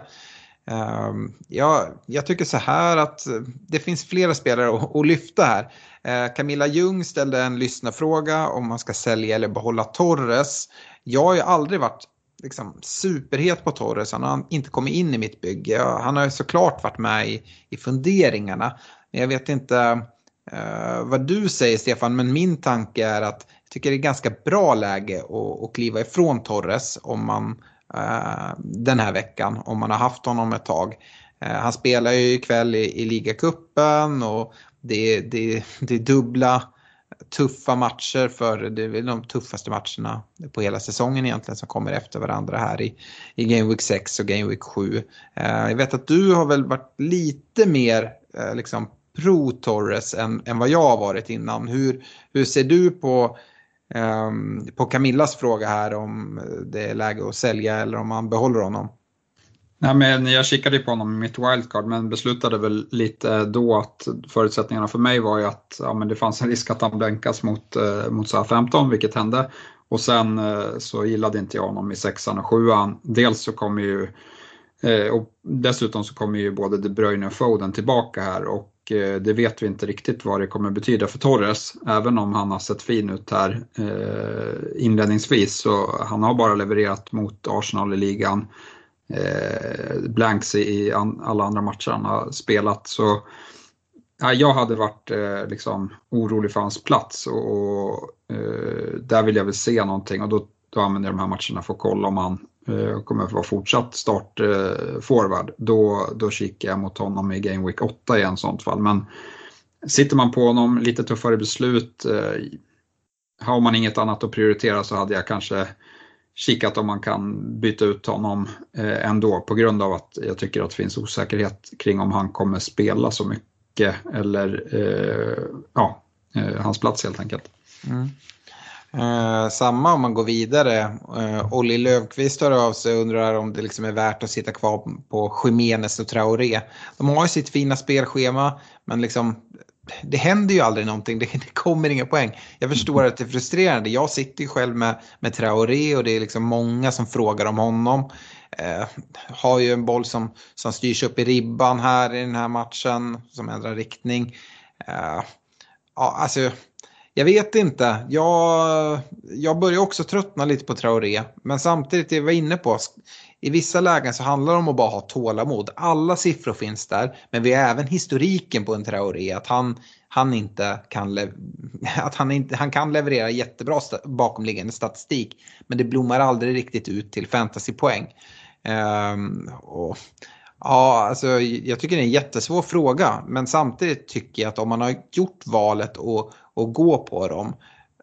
Jag tycker så här att det finns flera spelare att lyfta här. Camilla Ljung ställde en lyssnarfråga om man ska sälja eller behålla Torres. Jag har ju aldrig varit liksom superhet på Torres. Han har inte kommit in i mitt bygge. Han har ju såklart varit med i funderingarna. Men jag vet inte vad du säger, Stefan, men min tanke är att jag tycker det är ganska bra läge att kliva ifrån Torres om man den här veckan, om man har haft honom ett tag. Han spelar ju ikväll i ligacupen, och det är dubbla tuffa matcher, för det är väl de tuffaste matcherna på hela säsongen egentligen som kommer efter varandra här i Game Week 6 och Game Week 7. Jag vet att du har väl varit lite mer liksom pro Torres än vad jag har varit innan. Hur ser du på Camillas fråga här, om det är läge att sälja eller om man behåller honom? Nej, men jag kikade på honom i mitt wildcard, men beslutade väl lite då att förutsättningarna för mig var ju att men det fanns en risk att han bänkas mot SA-15, vilket hände. Och sen så gillade inte jag honom i 6:an och 7:an. Dels så kommer ju och dessutom så kommer ju både De Bruyne och Foden tillbaka här, och det vet vi inte riktigt vad det kommer betyda för Torres, även om han har sett fin ut här inledningsvis. Så han har bara levererat mot Arsenal i ligan, blanks i alla andra matcher han har spelat. Så jag hade varit liksom orolig för hans plats, och där vill jag väl se någonting, och då använder jag de här matcherna för att kolla om han kommer att vara fortsatt start forward. Då kikar jag mot honom i Game Week 8 i en sånt fall. Men sitter man på honom lite tuffare beslut, har man inget annat att prioritera, så hade jag kanske kikat om man kan byta ut honom ändå, på grund av att jag tycker att det finns osäkerhet kring om han kommer spela så mycket eller hans plats helt enkelt. Samma om man går vidare. Olli Löfqvist tar av sig och undrar om det liksom är värt att sitta kvar på Jiménez och Traoré. De har ju sitt fina spelschema, men liksom det händer ju aldrig någonting, det kommer inga poäng. Jag förstår att det är frustrerande. Jag sitter ju själv med Traoré och det är liksom många som frågar om honom. Har ju en boll som styrs upp i ribban här i den här matchen, som ändrar riktning. Alltså jag vet inte. Jag börjar också tröttna lite på Traoré, men samtidigt det jag var inne på, i vissa lägen så handlar det om att bara ha tålamod. Alla siffror finns där, men vi har även historiken på en Traoré att han inte kan han kan leverera jättebra bakomliggande statistik, men det blommar aldrig riktigt ut till fantasypoäng. Alltså, jag tycker det är en jättesvår fråga, men samtidigt tycker jag att om man har gjort valet och gå på dem,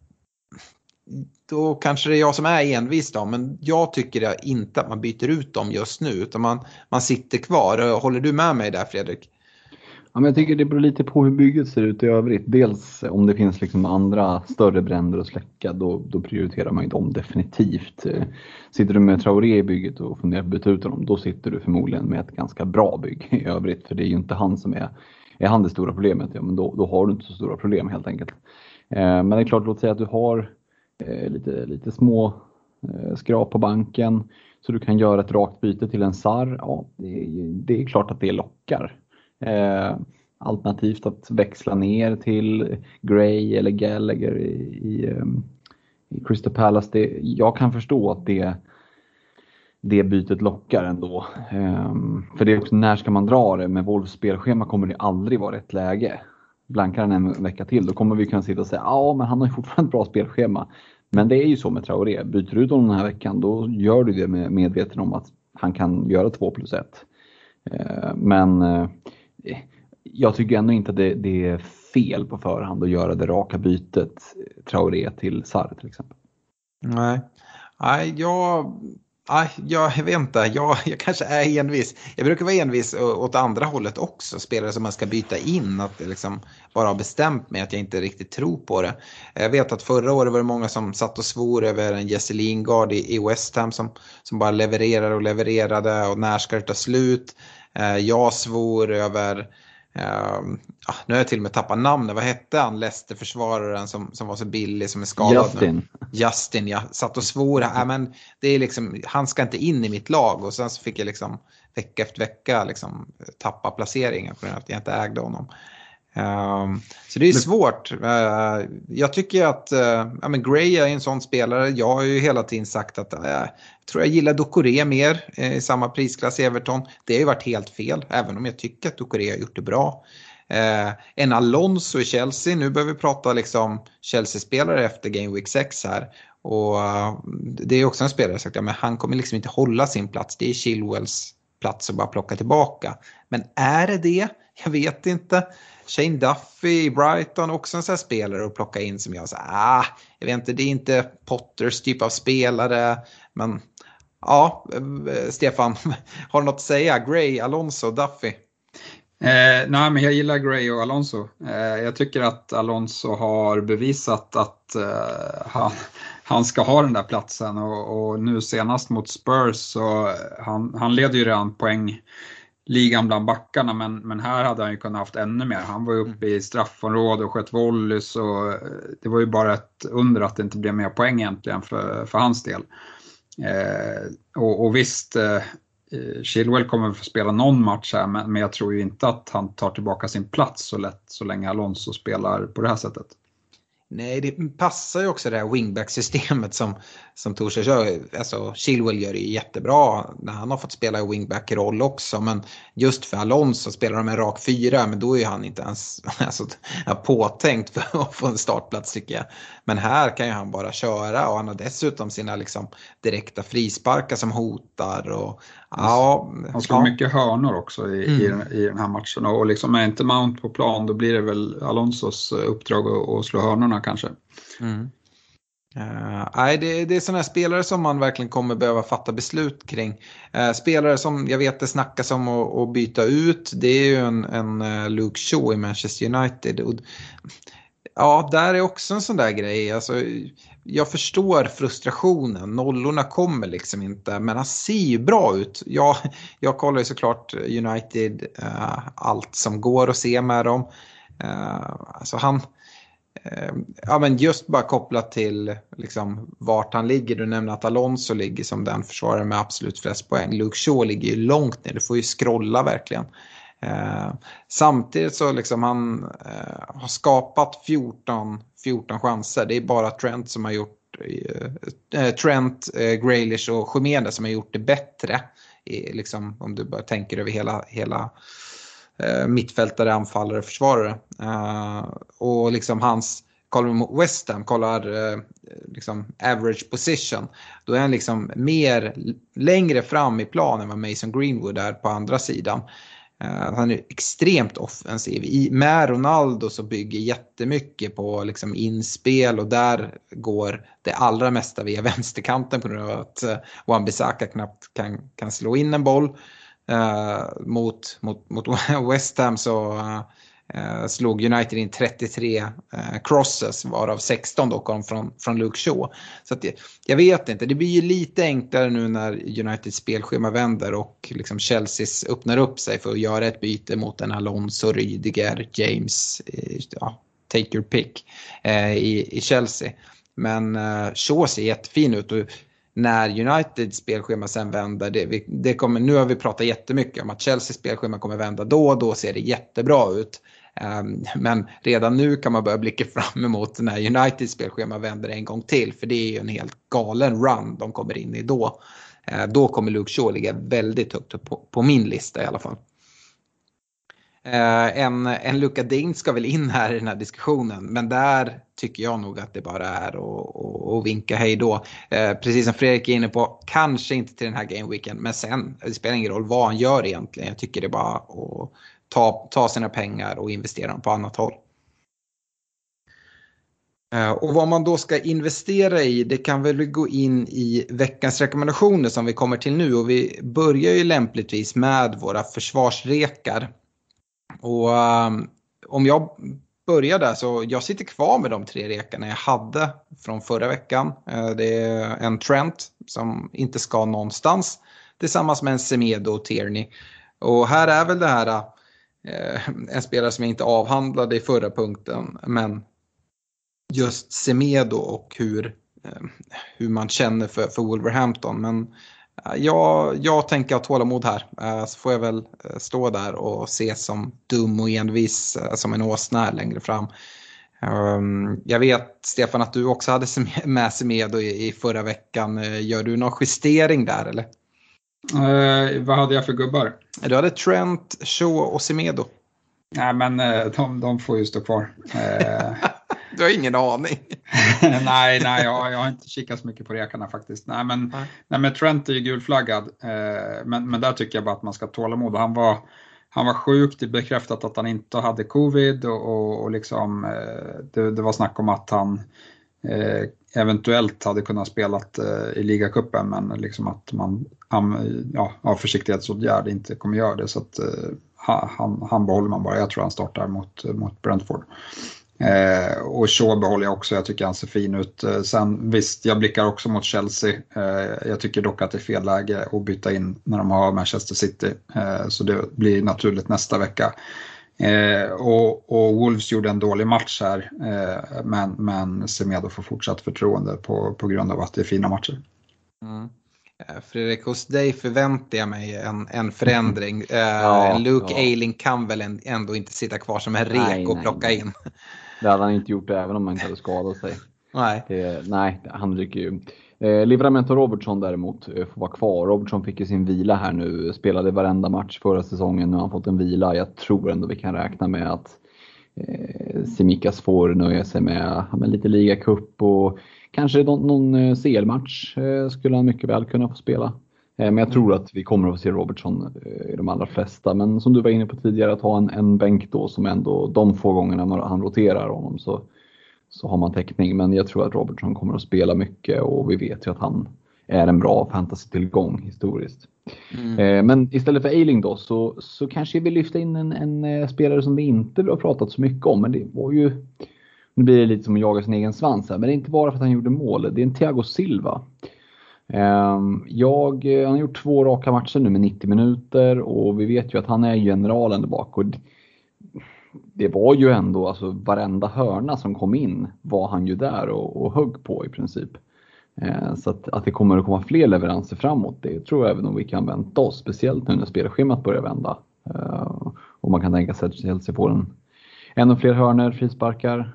då kanske det är jag som är envis då, men jag tycker inte att man byter ut dem just nu, utan man sitter kvar. Håller du med mig där, Fredrik? Ja, men jag tycker det beror lite på hur bygget ser ut i övrigt. Dels om det finns liksom andra större bränder att släcka, då prioriterar man ju dem definitivt. Sitter du med Traoré i bygget och funderar på att byta ut dem, då sitter du förmodligen med ett ganska bra bygg i övrigt. För det är ju inte han som är han det stora problemet. Ja, men då har du inte så stora problem helt enkelt. Men det är klart, låt säga att du har lite små skrap på banken, så du kan göra ett rakt byte till en Sarr. Ja, det är klart att det lockar. Alternativt att växla ner till Gray eller Gallagher i Crystal Palace. Jag kan förstå att det bytet lockar ändå. För det är också, när ska man dra det? Med Wolves spelschema kommer det aldrig vara ett läge. Blankar den en vecka till, då kommer vi kunna sitta och säga ja, men han har ju fortfarande ett bra spelschema. Men det är ju så med Traoré. Byter du ut honom den här veckan, då gör du det med medveten om att han kan göra 2+1. Men jag tycker ändå inte att det är fel på förhand att göra det raka bytet Traoré till Sarr till exempel. Nej, jag vet inte. Jag kanske är envis. Jag brukar vara envis åt andra hållet också. Spelare som man ska byta in. Att liksom bara ha bestämt mig att jag inte riktigt tror på det. Jag vet att förra året var det många som satt och svor över en Jesse Lingard i West Ham som bara levererade och när ska det ta slut. Jag svor över... nu har jag till och med tappat namnet. Vad hette han? Leicester-försvararen som var så billig, som är skadad. Justin, jag satt och svor. Men det är liksom, han ska inte in i mitt lag. Och sen så fick jag liksom vecka efter vecka liksom tappa placeringen för att jag inte ägde honom. Så det är svårt. Jag tycker att Gray är en sån spelare. Jag har ju hela tiden sagt att jag tror jag gillar Doucouré mer i samma prisklass i Everton. Det har ju varit helt fel, även om jag tycker att Doucouré har gjort det bra. En Alonso i Chelsea. Nu behöver vi prata liksom Chelsea-spelare efter Game Week 6 här. Och det är också en spelare som sagt, men han kommer liksom inte hålla sin plats. Det är Chilwells plats att bara plocka tillbaka. Men är det? Jag vet inte. Shane Duffy i Brighton, också en sån här spelare att plocka in som jag vet inte, det är inte Potters typ av spelare, men ja, Stefan, har du något att säga? Gray, Alonso, Duffy? Nej, men jag gillar Gray och Alonso. Jag tycker att Alonso har bevisat att han ska ha den där platsen, och nu senast mot Spurs så han leder ju redan poängligan bland backarna, men här hade han ju kunnat haft ännu mer. Han var uppe i straffområde och sköt volleys, och det var ju bara ett under att det inte blev mer poäng egentligen för hans del. Och visst, Chilwell kommer att få spela någon match här, men jag tror ju inte att han tar tillbaka sin plats så lätt så länge Alonso spelar på det här sättet. Nej, det passar ju också det här wingback-systemet som Torsson kör. Alltså, Chilwell gör det ju jättebra när han har fått spela i wingback-roll också. Men just för Alonso spelar de en rak 4, men då är han inte ens påtänkt för att få en startplats, tycker jag. Men här kan ju han bara köra, och han har dessutom sina liksom direkta frisparkar som hotar. Och, han slår mycket hörnor också i den här matchen. Och liksom är inte Mount på plan, då blir det väl Alonsos uppdrag att slå hörnorna kanske. Nej, det är sådana här spelare som man verkligen kommer behöva fatta beslut kring. Spelare som jag vet det snackas om att byta ut, det är ju en Luke Shaw i Manchester United. Och, ja, där är också en sån där grej. Alltså, jag förstår frustrationen, nollorna kommer liksom inte, men han ser ju bra ut. Jag kollar ju såklart United, allt som går att se med dem. Alltså han... Ja, men just bara kopplat till liksom vart han ligger. Du nämner att Alonso ligger som den försvarare med absolut flest poäng. Luke Shaw ligger ju långt ner. Du får ju scrolla verkligen. Samtidigt så liksom han har skapat 14 chanser. Det är bara Trent som har gjort Trent, Grealish och Jimenez som har gjort det bättre. Liksom, om du bara tänker över hela mittfältare, anfallare, försvarare. Och liksom hans, kollar vi mot West Ham, kollar liksom average position, då är han liksom mer längre fram i planen än vad Mason Greenwood är på andra sidan. Han är extremt offensiv. Med Ronaldo så bygger jättemycket på liksom inspel, och där går det allra mesta via vänsterkanten på grund av att Wan-Bissaka knappt kan slå in en boll. Mot West Ham så slog United in 33 crosses, varav 16 då kom från Luke Shaw. Så att jag vet inte, det blir ju lite enklare nu när Uniteds spelschema vänder och liksom Chelsea öppnar upp sig för att göra ett byte mot en Alonso, Rydiger, James, take your pick i Chelsea. Men Shaw ser jättefin ut, och när Uniteds spelschema sen vänder, det kommer, nu har vi pratat jättemycket om att Chelseas spelschema kommer vända då ser det jättebra ut. Men redan nu kan man börja blicka fram emot när Uniteds spelschema vänder en gång till, för det är ju en helt galen run de kommer in i då. Då kommer Luke Shaw ligga väldigt högt upp på min lista i alla fall. En Luka Digne ska väl in här i den här diskussionen, men där tycker jag nog att det bara är att vinka hej då. Precis som Fredrik är inne på, kanske inte till den här gameweeken, men sen, det spelar ingen roll vad han gör egentligen. Jag tycker det är bara att ta sina pengar och investera dem på annat håll. Och vad man då ska investera i, det kan väl gå in i veckans rekommendationer som vi kommer till nu, och vi börjar ju lämpligtvis med våra försvarsrekar. Och om jag börjar där, så jag sitter kvar med de 3 rekarna jag hade från förra veckan. Det är en Trent som inte ska någonstans, tillsammans med en Semedo och Tierney. Och här är väl det här en spelare som jag inte avhandlade i förra punkten, men just Semedo och hur man känner för Wolverhampton. Men jag tänker ha tålamod här, så får jag väl stå där och se som dum och envis som en åsna längre fram. Jag vet, Stefan, att du också hade med Semedo i förra veckan. Gör du någon justering där eller? Vad hade jag för gubbar? Du hade Trent, Shaw och Semedo. Nej, men de får ju stå kvar. Du har ingen aning. nej, jag har inte kikat så mycket på rekarna faktiskt. Nej, men Trent är ju gulflaggad. Men där tycker jag bara att man ska tålamod. Han var sjuk, det bekräftat att han inte hade covid, och liksom, det var snack om att han eventuellt hade kunnat spelat i ligacupen, men liksom att man av försiktighetsåtgärd inte kommer göra det, så att han behåller man bara. Jag tror han startar mot Brentford. Och Shaw behåller jag också, jag tycker han ser fin ut. Sen visst, jag blickar också mot Chelsea. Jag tycker dock att det är fel läge att byta in när de har Manchester City, så det blir naturligt nästa vecka. Och Wolves gjorde en dålig match här, men Semedo får fortsatt förtroende på grund av att det är fina matcher. Fredrik, hos dig förväntar jag mig en förändring. Luke Ayling kan väl ändå inte sitta kvar som en rek och plocka in. Det hade han inte gjort även om han inte hade skadat sig. Nej. Han rycker ju. Livramento Robertson däremot får vara kvar. Robertson fick ju sin vila här nu. Spelade varenda match förra säsongen. Nu har han fått en vila. Jag tror ändå vi kan räkna med att Simikas får nöja sig med lite ligacup och kanske någon CL-match skulle han mycket väl kunna få spela. Men jag tror att vi kommer att få se Robertson i de allra flesta. Men som du var inne på tidigare, att ha en bänk då som ändå de få gångerna han roterar honom, så så har man täckning. Men jag tror att Robertson kommer att spela mycket och vi vet ju att han är en bra fantasy-tillgång historiskt. Men istället för Ayling då så kanske vi lyfter in en spelare som vi inte har pratat så mycket om. Men det var ju, nu blir det lite som att jaga sin egen svans här. Men det är inte bara för att han gjorde mål. Det är en Thiago Silva. Han har gjort 2 raka matcher nu med 90 minuter. Och vi vet ju att han är generalen där bak. Och det var ju ändå, alltså varenda hörna som kom in var han ju där och högg på i princip. Så att det kommer att komma fler leveranser framåt, det tror jag även om vi kan vänta oss. Speciellt nu när spelschemat börjar vända. Och man kan tänka sig att Chelsea får ännu fler hörnor, frisparkar.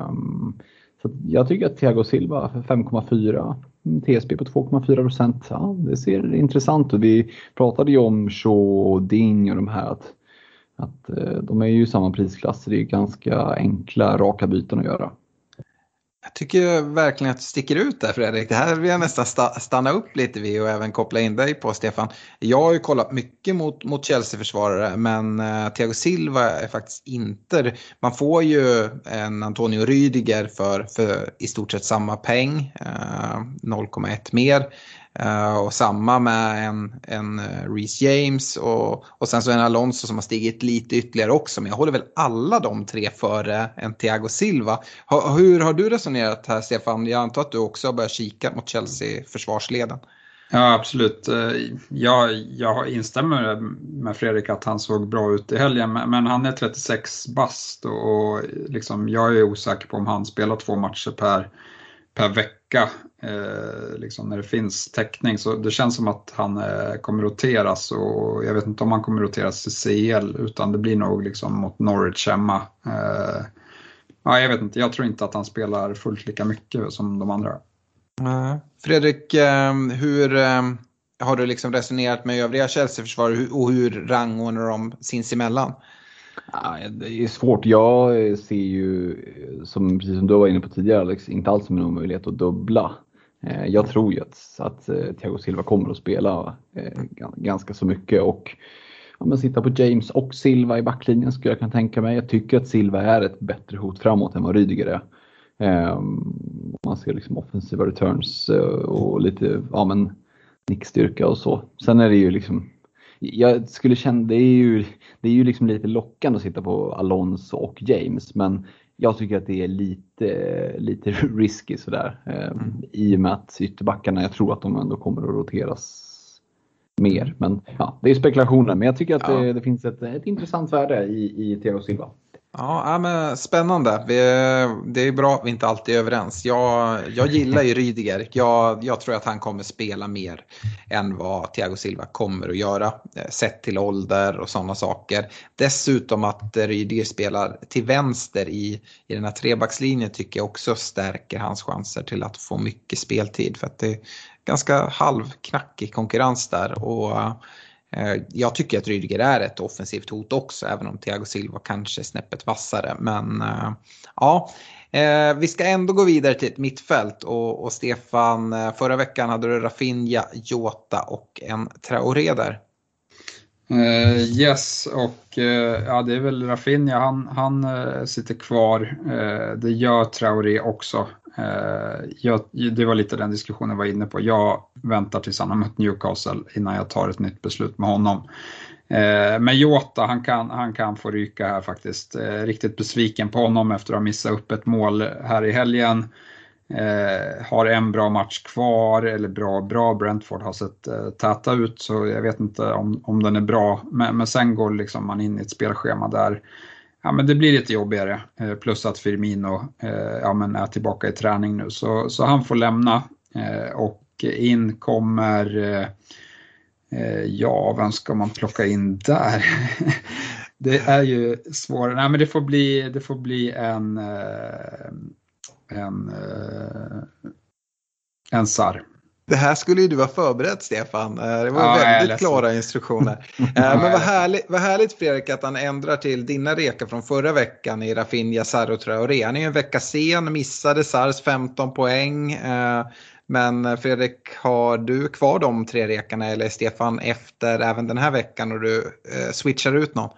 Så jag tycker att Thiago Silva för 5,4, TSB på 2,4%. Ja, det ser intressant ut. Vi pratade ju om Shaw och Ding och de här att de är ju i samma prisklass. Det är ganska enkla, raka byten att göra. Jag tycker verkligen att det sticker ut där, Fredrik. Det här vill jag nästan stanna upp lite vid och även koppla in dig på, Stefan. Jag har ju kollat mycket mot Chelsea-försvarare, men Thiago Silva är faktiskt inte. Man får ju en Antonio Rüdiger för i stort sett samma peng, 0,1 mer. Och samma med en Reece James och sen så en Alonso som har stigit lite ytterligare också. Men jag håller väl alla de 3 före en Thiago Silva. Hur har du resonerat här, Stefan? Jag antar att du också har börjat kika mot Chelsea-försvarsleden. Ja, absolut. Jag instämmer med Fredrik att han såg bra ut i helgen. Men han är 36 bast och liksom, jag är osäker på om han spelar 2 matcher per vecka liksom när det finns täckning, så det känns som att han kommer roteras, och jag vet inte om han kommer roteras till CL, utan det blir nog liksom mot Norwich hemma. Ja, jag vet inte, jag tror inte att han spelar fullt lika mycket som de andra. Fredrik, hur har du liksom resonerat med övriga Chelsea-försvarare och hur rangordnar de sinsemellan? Ja, det är svårt. Jag ser ju, precis som du var inne på tidigare Alex, inte alls med någon möjlighet att dubbla. Jag tror ju att Thiago Silva kommer att spela ganska så mycket, och om man sitter på James och Silva i backlinjen skulle jag kunna tänka mig. Jag tycker att Silva är ett bättre hot framåt än vad Rüdiger är. Man ser liksom offensiva returns och lite nickstyrka och så. Sen är det ju liksom, jag skulle känna, det är ju liksom lite lockande att sitta på Alonso och James, men jag tycker att det är lite risky sådär. I och med att ytterbackarna, jag tror att de ändå kommer att roteras mer. Men ja, det är spekulationer, men jag tycker att det finns ett intressant värde i Thiago Silva. Ja, men spännande. Det är bra att vi inte alltid är överens. Jag gillar ju Rüdiger. Jag tror att han kommer spela mer än vad Thiago Silva kommer att göra, sett till ålder och sådana saker. Dessutom att Rüdiger spelar till vänster i den här trebackslinjen tycker jag också stärker hans chanser till att få mycket speltid. För att det är ganska halvknackig konkurrens där, och jag tycker att Rüdiger är ett offensivt hot också, även om Thiago Silva kanske är snäppet vassare. Men vi ska ändå gå vidare till ett mittfält. Och Stefan, förra veckan hade du Rafinha, Jota och en Traoré där. Yes, och det är väl Rafinha, han sitter kvar. Det gör Traoré också. Det var lite den diskussionen jag var inne på. Jag väntar tills han har mött Newcastle innan jag tar ett nytt beslut med honom. Men Jota, han kan få ryka här faktiskt. Riktigt besviken på honom efter att ha missat upp ett mål här i helgen. Har en bra match kvar, eller bra. Brentford har sett täta ut, så jag vet inte om den är bra. Men sen går liksom man in i ett spelschema där men det blir lite jobbigare. Plus att Firmino är tillbaka i träning nu. Så han får lämna. Och in kommer... vem ska man plocka in där? Det är ju svårt. Nej, men det får bli en Sarr. Det här skulle ju du ha förberett, Stefan. Det var väldigt klara instruktioner. Men vad härligt Fredrik att han ändrar till dina reka från förra veckan i Rafinha, Sarr och Traoré. Han är ju en vecka sen, missade Sarrs 15 poäng. Men Fredrik, har du kvar de 3 rekarna, eller Stefan efter även den här veckan och du switchar ut någon?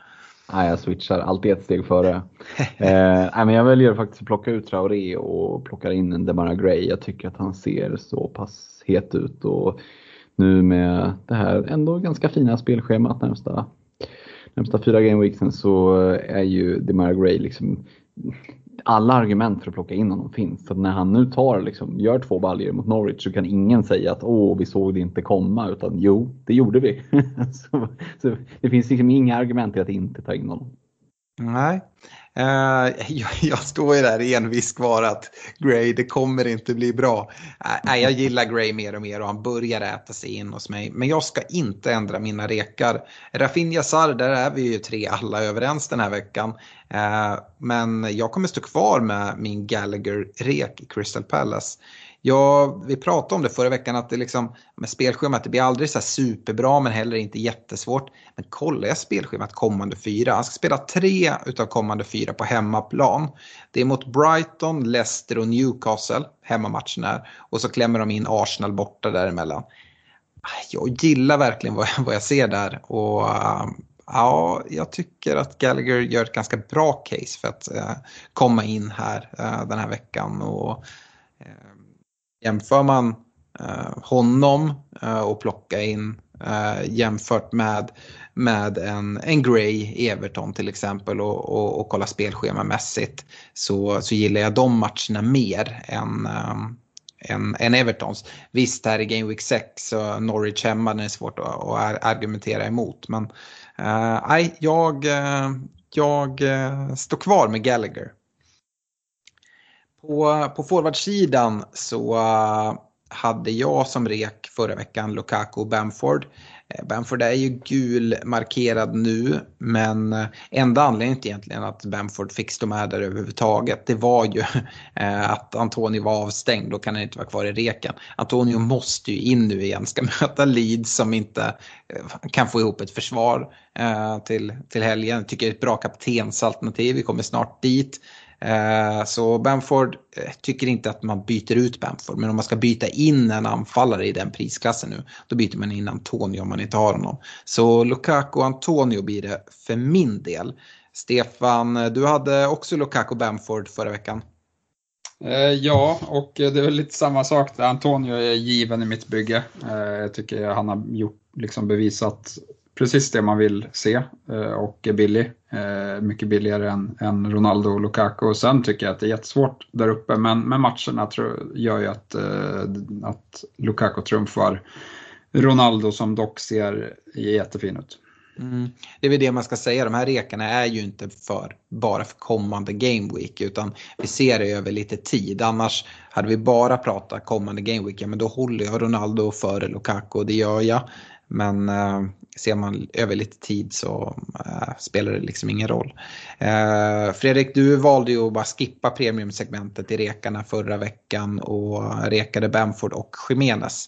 Nej, jag switchar alltid ett steg före. Men jag väljer faktiskt att plocka ut Traoré och plocka in en Demarai Gray. Jag tycker att han ser så pass het ut. Och nu med det här ändå ganska fina spelschemat närmsta 4 gameweeksen så är ju Demarai Gray liksom... Alla argument för att plocka in honom finns. Så när han nu gör 2 baljor mot Norwich så kan ingen säga att vi såg det inte komma. Utan jo, det gjorde vi. så det finns liksom inga argument till att inte ta in honom. Nej, jag står ju där envis kvar att Gray, det kommer inte bli bra. Jag gillar Gray mer och mer och han börjar äta sig in hos mig. Men jag ska inte ändra mina rekar. Rafinha Sarr, där är vi ju 3 alla överens den här veckan. Men jag kommer stå kvar med min Gallagher-rek i Crystal Palace. Vi pratade om det förra veckan att det liksom, med spelschemat det blir aldrig så här superbra men heller inte jättesvårt. Men kolla jag spelschemat kommande 4. Han ska spela 3 utav kommande 4 på hemmaplan. Det är mot Brighton, Leicester och Newcastle, hemmamatchen här. Och så klämmer de in Arsenal borta däremellan. Jag gillar verkligen vad jag ser där. Och ja, jag tycker att Gallagher gör ett ganska bra case för att komma in här den här veckan. Och jämför man honom och plocka in jämfört med en Gray Everton till exempel och kolla spelschemamässigt så gillar jag de matcherna mer än Evertons. Visst, här i Game Week 6 och Norwich hemma, det är svårt att argumentera emot. Men jag står kvar med Gallagher. På forwardsidan så hade jag som rek förra veckan Lukaku och Bamford. Bamford är ju gulmarkerad nu, men enda anledningen till egentligen att Bamford fick stå med där överhuvudtaget, det var ju att Antonio var avstängd. Då kan han inte vara kvar i reken. Antonio måste ju in nu igen, ska möta Leeds som inte kan få ihop ett försvar till helgen. Jag tycker det är ett bra kaptensalternativ, vi kommer snart dit. Så Bamford tycker inte att man byter ut Bamford, men om man ska byta in en anfallare i den prisklassen nu, då byter man in Antonio om man inte har honom. Så Lukaku och Antonio blir det för min del. Stefan, du hade också Lukaku och Bamford förra veckan. Ja, och det är väl lite samma sak. Antonio är given i mitt bygge. Jag tycker han har bevisat precis det man vill se och är billig. Mycket billigare än Ronaldo och Lukaku. Och sen tycker jag att det är jättesvårt där uppe. Men matcherna gör ju att Lukaku trumfar Ronaldo, som dock ser jättefin ut. Det är väl det man ska säga. De här rekarna är ju inte bara för kommande Game Week, utan vi ser det över lite tid. Annars hade vi bara pratat kommande Game Week, men då håller jag Ronaldo före Lukaku, och det gör jag. Men ser man över lite tid så spelar det liksom ingen roll. Fredrik, du valde ju att bara skippa premiumsegmentet i rekarna förra veckan och rekade Bamford och Jimenez.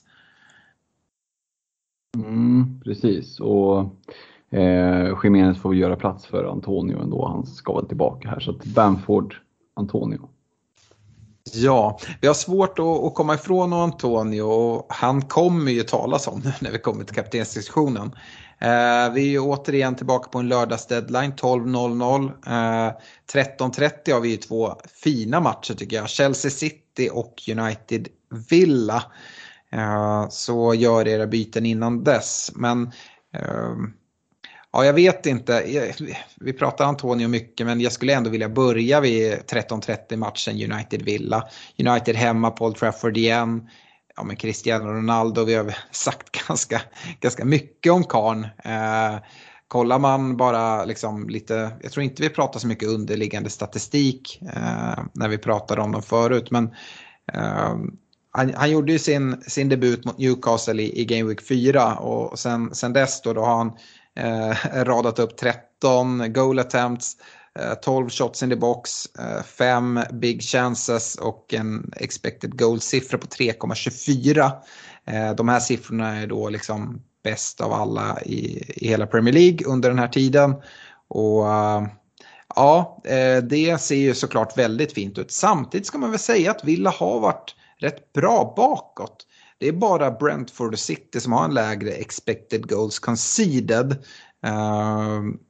Precis, och Jimenez får göra plats för Antonio ändå. Han ska väl tillbaka här, så att Bamford, Antonio. Ja, vi har svårt att komma ifrån Antonio, och han kommer ju talas om när vi kommer till kaptensdiskussionen. Vi är ju återigen tillbaka på en lördagsdeadline 12:00. 13:30 har vi ju 2 fina matcher tycker jag. Chelsea City och United Villa. Så gör era byten innan dess. Men ja, jag vet inte. Vi pratar Antonio mycket, men jag skulle ändå vilja börja vid 13:30 matchen United-Villa. United hemma på Old Trafford igen. Ja, men Cristiano Ronaldo, vi har sagt ganska mycket om karn. Kollar man bara liksom lite, jag tror inte vi pratar så mycket underliggande statistik när vi pratar om dem förut, men han gjorde ju sin debut mot Newcastle i Game Week 4, och sen dess då har han radat upp 13 goal attempts, 12 shots in the box, 5 big chances och en expected goal-siffra på 3,24. De här siffrorna är då liksom bäst av alla i hela Premier League under den här tiden. Och ja, det ser ju såklart väldigt fint ut. Samtidigt ska man väl säga att Villa har varit rätt bra bakåt. Det är bara Brentford och City som har en lägre expected goals conceded.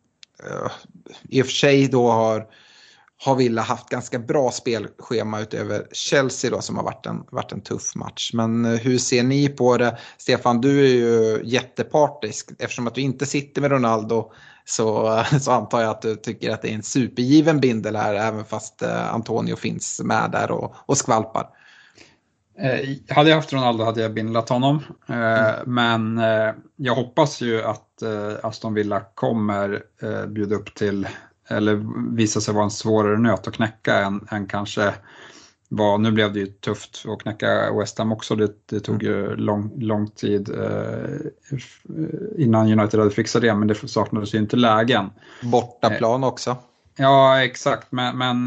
i och för sig då har Villa haft ganska bra spelschema utöver Chelsea då, som har varit en tuff match. Men hur ser ni på det? Stefan, du är ju jättepartisk. Eftersom att du inte sitter med Ronaldo så antar jag att du tycker att det är en supergiven bindel här, även fast Antonio finns med där och skvalpar. Hade jag haft Ronaldo hade jag bindlat honom. Men jag hoppas ju att Aston Villa kommer bjuda upp till, eller visa sig vara en svårare nöt att knäcka än kanske var. Nu blev det ju tufft att knäcka West Ham också. Det tog ju lång tid innan United hade fixat det, men det saknades ju inte lägen. Bortaplan också. Ja, exakt. Men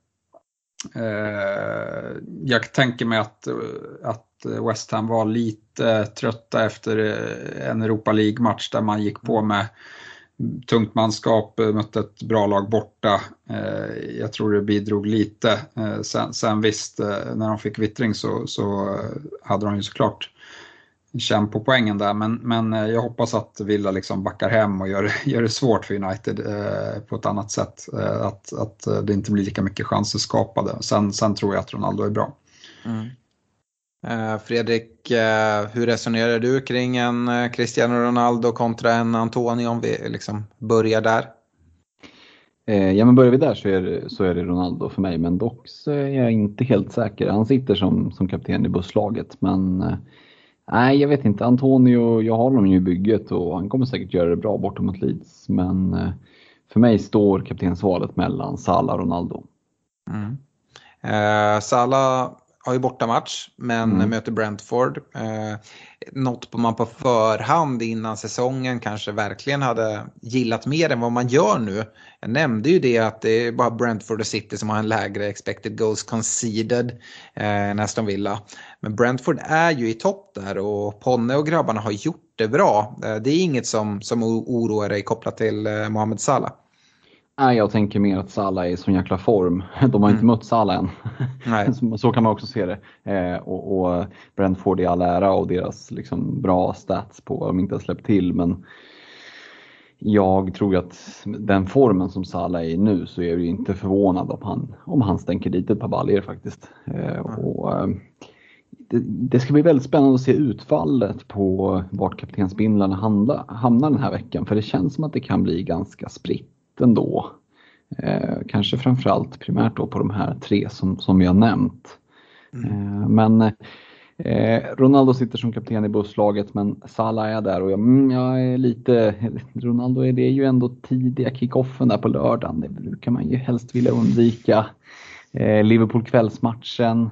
jag tänker mig att West Ham var lite trötta efter en Europa League-match där man gick på med tungt manskap, mötte ett bra lag borta. Jag tror det bidrog lite. Sen visst, när de fick vittring så hade de ju såklart kämpa på poängen där. Men jag hoppas att Villa liksom backar hem och gör det svårt för United på ett annat sätt. Att det inte blir lika mycket chanser skapade. Sen tror jag att Ronaldo är bra. Fredrik, hur resonerar du kring en Cristiano Ronaldo kontra en Antonio, om vi liksom börjar där? Ja, men börjar vi där så är det Ronaldo för mig, men dock så är jag inte helt säker. Han sitter som kapten i busslaget, men nej, jag vet inte. Antonio, jag har honom ju i bygget och han kommer säkert göra det bra bortom mot Leeds, men för mig står kaptensvalet mellan Salah och Ronaldo. Salah har ju bortamatch, men möter Brentford. Något man på förhand innan säsongen kanske verkligen hade gillat mer än vad man gör nu. Jag nämnde ju det, att det är bara Brentford och City som har en lägre expected goals conceded än Aston Villa. Men Brentford är ju i topp där och Ponne och grabbarna har gjort det bra. Det är inget som oroar dig kopplat till Mohamed Salah. Nej, jag tänker mer att Salah är i sån jäkla form. De har inte mött Salah än. Nej. Så kan man också se det. Och Brentford i all ära och deras liksom bra stats på vad de inte har släppt till. Men jag tror att den formen som Salah är i nu, så är det inte förvånad om han stänker dit ett par baljer faktiskt. Det ska bli väldigt spännande att se utfallet på vart kaptensbindlarna hamnar den här veckan. För det känns som att det kan bli ganska spritt ändå. Kanske framförallt primärt då på de här tre som vi har nämnt. Men Ronaldo sitter som kapten i busslaget, men Salah är där och jag är lite... Ronaldo är det ju ändå tidiga kickoffen där på lördagen. Det brukar man ju helst vilja undvika. Liverpool kvällsmatchen.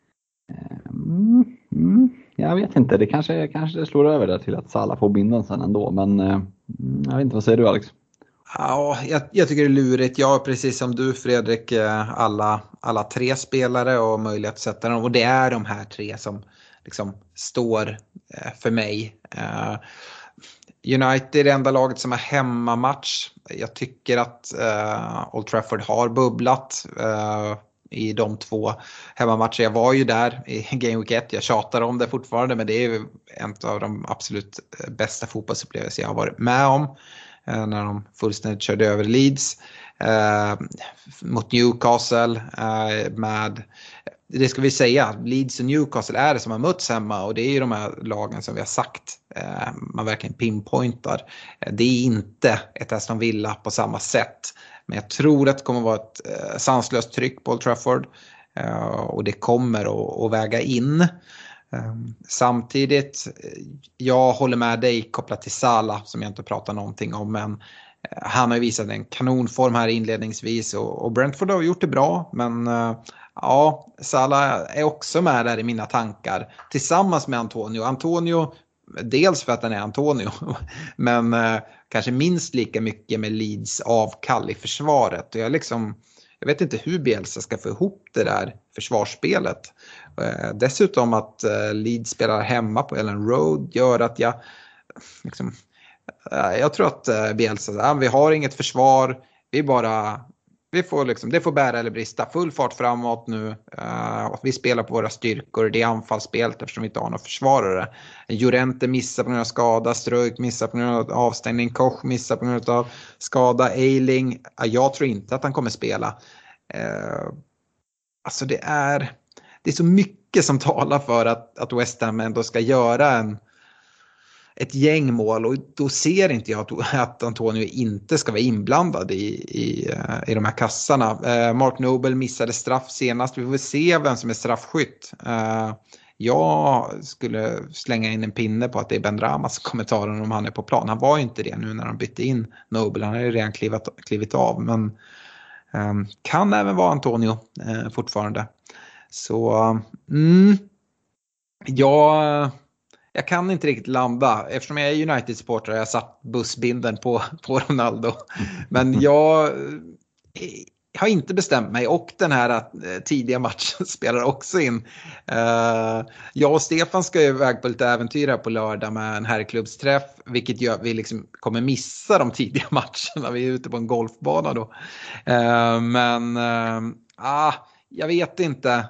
Jag vet inte, det kanske det slår över där till att Salah får bindan sen ändå. Men jag vet inte, vad säger du, Alex? Ja, jag tycker det är lurigt. Jag, precis som du, Fredrik, alla tre spelare och möjlighet att sätta dem. Och det är de här tre som liksom står för mig. United är det enda laget som har hemmamatch. Jag tycker att Old Trafford har bubblat i de två hemmamatcher. Jag var ju där i Game Week 1. Jag tjatar om det fortfarande, men det är ju en av de absolut bästa fotbollsupplevelser jag har varit med om. När de fullständigt körde över Leeds mot Newcastle med, det ska vi säga, Leeds och Newcastle är det som har mötts hemma, och det är ju de här lagen som vi har sagt man verkligen pinpointar. Det är inte ett Aston Villa på samma sätt, men jag tror att det kommer vara ett sanslöst tryck på Old Trafford och det kommer att väga in. Samtidigt, jag håller med dig kopplat till Salah som jag inte pratar någonting om, men han har visat en kanonform här inledningsvis och Brentford har gjort det bra, men ja, Salah är också med där i mina tankar tillsammans med Antonio, dels för att han är Antonio, men kanske minst lika mycket med Leeds avkall i försvaret. Och jag vet inte hur Bielsa ska få ihop det där försvarsspelet. Dessutom att Leeds spelar hemma på Ellen Road gör att jag tror att Bielsa, vi har inget försvar, vi bara Vi får liksom, det får bära eller brista. Full fart framåt nu. Vi spelar på våra styrkor. Det är anfallsspelet eftersom vi inte har några försvarare. Llorente missar på grund av skada. Ströjk missar på grund av avstängning. Koch missar på grund av skada. Eiling. Jag tror inte att han kommer spela. Alltså det är så mycket som talar för att West Ham ändå ska göra ett gängmål, och då ser inte jag att Antonio inte ska vara inblandad i de här kassarna. Mark Noble missade straff senast. Vi får se vem som är straffskytt. Jag skulle slänga in en pinne på att det är Ben Ramas kommentarer om han är på plan. Han var ju inte det nu när de bytte in Noble. Han har ju redan klivit av, men kan även vara Antonio fortfarande. Så jag kan inte riktigt landa. Eftersom jag är United-supporter har jag satt bussbinden på Ronaldo. Men jag har inte bestämt mig. Och den här tidiga matchen spelar också in. Jag och Stefan ska ju iväg på lite äventyr på lördag med en herrklubbsträff. Vilket gör att vi liksom kommer missa de tidiga matcherna. Vi är ute på en golfbana då. Jag vet inte.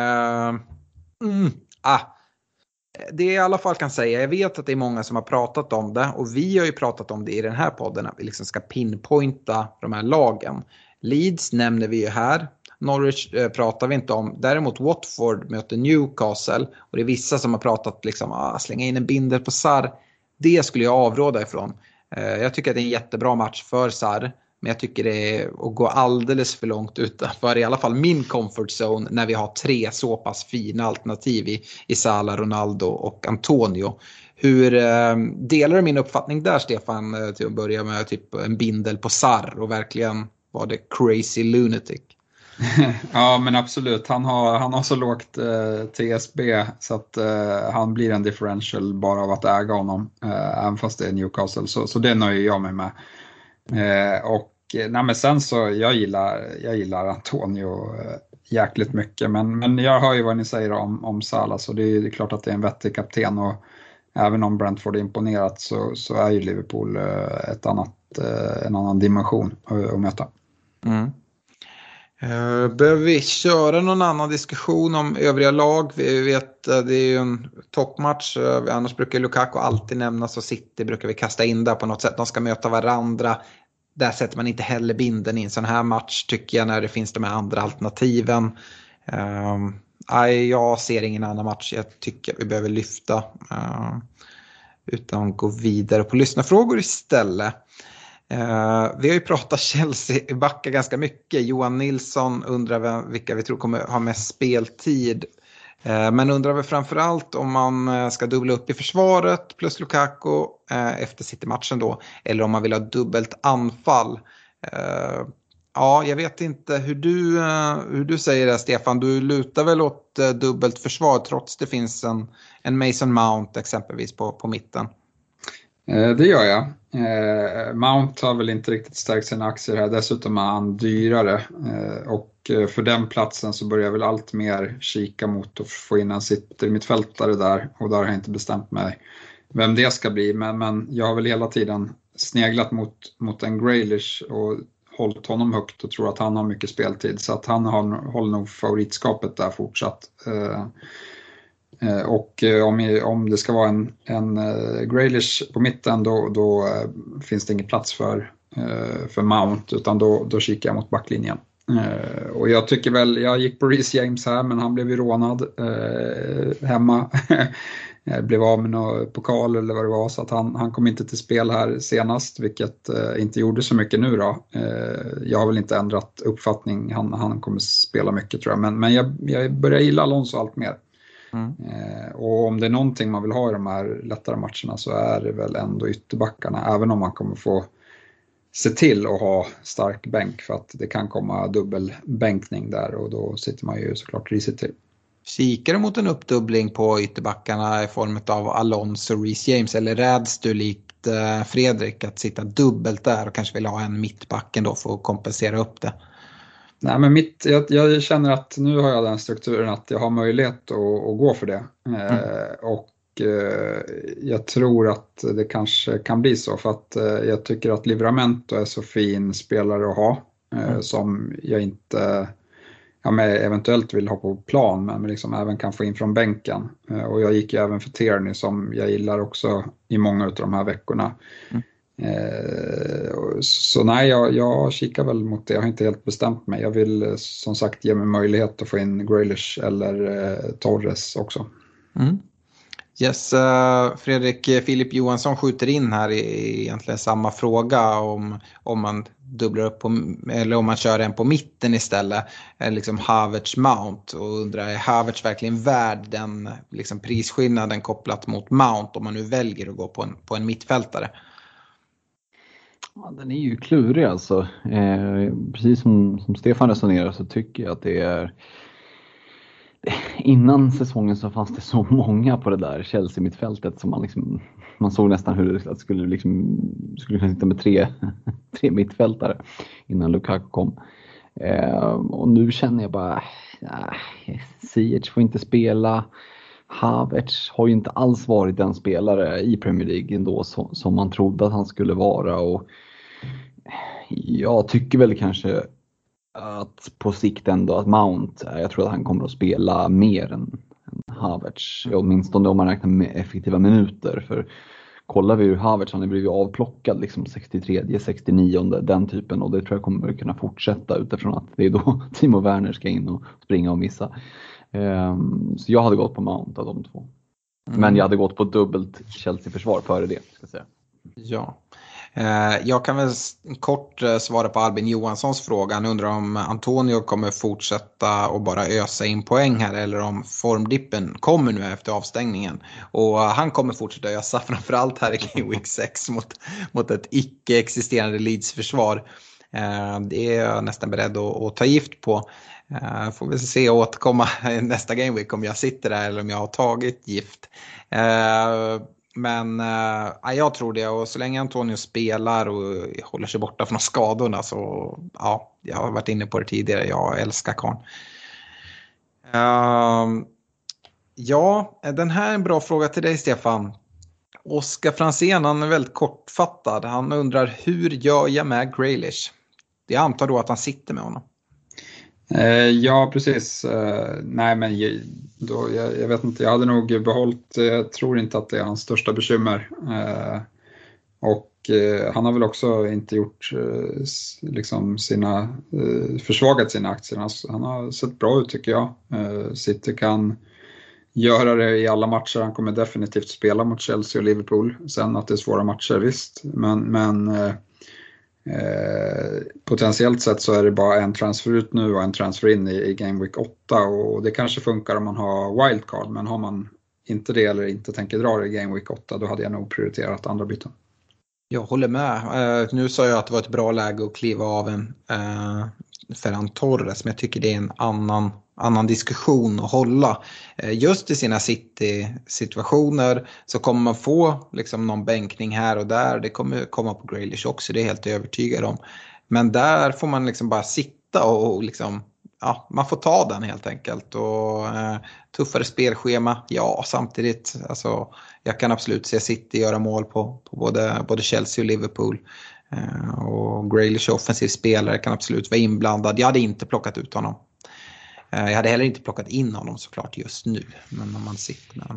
Det jag i alla fall kan säga, jag vet att det är många som har pratat om det, och vi har ju pratat om det i den här podden, att vi liksom ska pinpointa de här lagen. Leeds nämner vi ju här, Norwich pratar vi inte om. Däremot Watford möter Newcastle, och det är vissa som har pratat liksom, slänga in en bindel på Sarr. Det skulle jag avråda ifrån. Jag tycker att det är en jättebra match för Sarr. Men jag tycker det är att gå alldeles för långt utanför i alla fall min comfort zone när vi har 3 så pass fina alternativ i Salah, Ronaldo och Antonio. Hur delar du min uppfattning där, Stefan, till att börja med typ en bindel på Sarr och verkligen var det crazy lunatic? Ja, men absolut. Han har så lågt TSB så att han blir en differential bara av att äga honom, även fast det är Newcastle. Så det nöjer jag mig med. Men sen så jag gillar Antonio jäkligt mycket, men jag hör ju vad ni säger om Salah, så det är klart att det är en vettig kapten, och även om Brentford är imponerat så är ju Liverpool en annan dimension att möta. Behöver vi köra någon annan diskussion om övriga lag? Vi vet det är ju en toppmatch, annars brukar Lukaku alltid nämnas, och City brukar vi kasta in där på något sätt. De ska möta varandra. Där sätter man inte heller binden i en sån här match, tycker jag, när det finns de här andra alternativen. Jag ser ingen annan match jag tycker att vi behöver lyfta, utan gå vidare på lyssnarfrågor istället. Vi har ju pratat Chelsea backa ganska mycket. Johan Nilsson undrar vilka vi tror kommer ha mest speltid. Men undrar väl framförallt om man ska dubbla upp i försvaret plus Lukaku efter City-matchen då. Eller om man vill ha dubbelt anfall. Jag vet inte hur du säger det, Stefan. Du lutar väl åt dubbelt försvar trots det finns en Mason Mount exempelvis på mitten. Det gör jag. Mount har väl inte riktigt stärkt sina aktier här. Dessutom är han dyrare. Och för den platsen så börjar jag väl allt mer kika mot att få in en mittfältare där. Och där har jag inte bestämt mig vem det ska bli. Men jag har väl hela tiden sneglat mot en Grealish och hållit honom högt och tror att han har mycket speltid. Så att han håller nog favoritskapet där fortsatt. Och om det ska vara en Grealish på mitten då finns det ingen plats för Mount, utan då kikar jag mot backlinjen. Och jag tycker väl, jag gick på Reece James här, men han blev ju rånad hemma. Blev av med någon pokal eller vad det var, så att han kom inte till spel här senast, vilket inte gjorde så mycket nu då. Jag har väl inte ändrat uppfattning, han kommer spela mycket tror jag, men jag börjar gilla Alonso allt mer. Och om det är någonting man vill ha i de här lättare matcherna så är det väl ändå ytterbackarna, även om man kommer få se till att ha stark bänk, för att det kan komma dubbelbänkning där, och då sitter man ju såklart risigt till. Kikar du mot en uppdubbling på ytterbackarna i form av Alonso och Reece James, eller räds du likt Fredrik att sitta dubbelt där och kanske vill ha en mittbacken då för att kompensera upp det? Nej, men jag känner att nu har jag den strukturen att jag har möjlighet att gå för det. Och jag tror att det kanske kan bli så, för att jag tycker att Livramento är så fin spelare att ha. som jag inte men eventuellt vill ha på plan, men liksom även kan få in från bänken. Och jag gick ju även för Tierney som jag gillar också i många av de här veckorna. Så nej, jag kikar väl mot det. Jag har inte helt bestämt mig. Jag vill som sagt ge mig möjlighet att få in Grealish eller Torres också. Yes, Fredrik Filip Johansson skjuter in här i egentligen samma fråga om man dubblar upp eller om man kör en på mitten istället, liksom Havertz Mount, och undrar, är Havertz verkligen värd den liksom prisskillnaden kopplat mot Mount om man nu väljer att gå på en mittfältare? Ja, den är ju klurig alltså. Precis som Stefan resonerar så tycker jag att det är... Innan säsongen så fanns det så många på det där Chelsea-mittfältet som man såg nästan hur det skulle kunna sitta med tre mittfältare innan Lukaku kom. Och nu känner jag bara Ziyech får inte spela. Havertz har ju inte alls varit den spelare i Premier League ändå som man trodde att han skulle vara, och jag tycker väl kanske att på sikt ändå att Mount, jag tror att han kommer att spela mer än Havertz, åtminstone om man räknar med effektiva minuter. För kollar vi hur Havertz, han har blivit avplockad liksom 63, 69, den typen, och det tror jag kommer att kunna fortsätta utifrån att det är då Timo Werner ska in och springa och missa. Så jag hade gått på Mount av de två. Men jag hade gått på dubbelt Chelsea-försvar före det, ska jag säga. Ja. Jag kan väl kort svara på Albin Johanssons fråga. Han undrar om Antonio kommer fortsätta och bara ösa in poäng här, eller om formdippen kommer nu efter avstängningen. Och han kommer fortsätta ösa, framförallt här i Game Week 6 mot ett icke-existerande Leeds-försvar. Det är jag nästan beredd att ta gift på. Får vi se och återkomma nästa Game Week om jag sitter där eller om jag har tagit gift. Men jag tror det, och så länge Antonio spelar och håller sig borta från skadorna så jag har varit inne på det tidigare, jag älskar karn. Den här är en bra fråga till dig, Stefan. Oskar Fransén, han är väldigt kortfattad. Han undrar, hur gör jag med Grealish? Jag antar då att han sitter med honom. Ja, precis. Nej, men jag vet inte, jag hade nog behållit, jag tror inte att det är hans största bekymmer. Och han har väl också inte gjort liksom försvagat sina aktier. Han har sett bra ut, tycker jag. City kan göra det i alla matcher. Han kommer definitivt spela mot Chelsea och Liverpool. Sen att det är svåra matcher, visst. Men potentiellt sett så är det bara en transfer ut nu och en transfer in i Game Week 8, och det kanske funkar om man har wildcard, men har man inte det eller inte tänker dra det i Game Week 8, då hade jag nog prioriterat andra byten. Jag håller med. Nu sa jag att det var ett bra läge att kliva av en Ferran Torres, men jag tycker det är en annan diskussion att hålla. Just i sina City-situationer så kommer man få liksom någon bänkning här och där. Det kommer komma på Grealish också, det är helt övertygad om. Men där får man liksom bara sitta och liksom, man får ta den helt enkelt. Och tuffare spelschema, samtidigt. Alltså, jag kan absolut se City göra mål på både Chelsea och Liverpool. Och Grealish offensiv spelare kan absolut vara inblandad. Jag hade inte plockat ut honom. Jag hade heller inte plockat in honom såklart just nu. Men om man sitter med honom.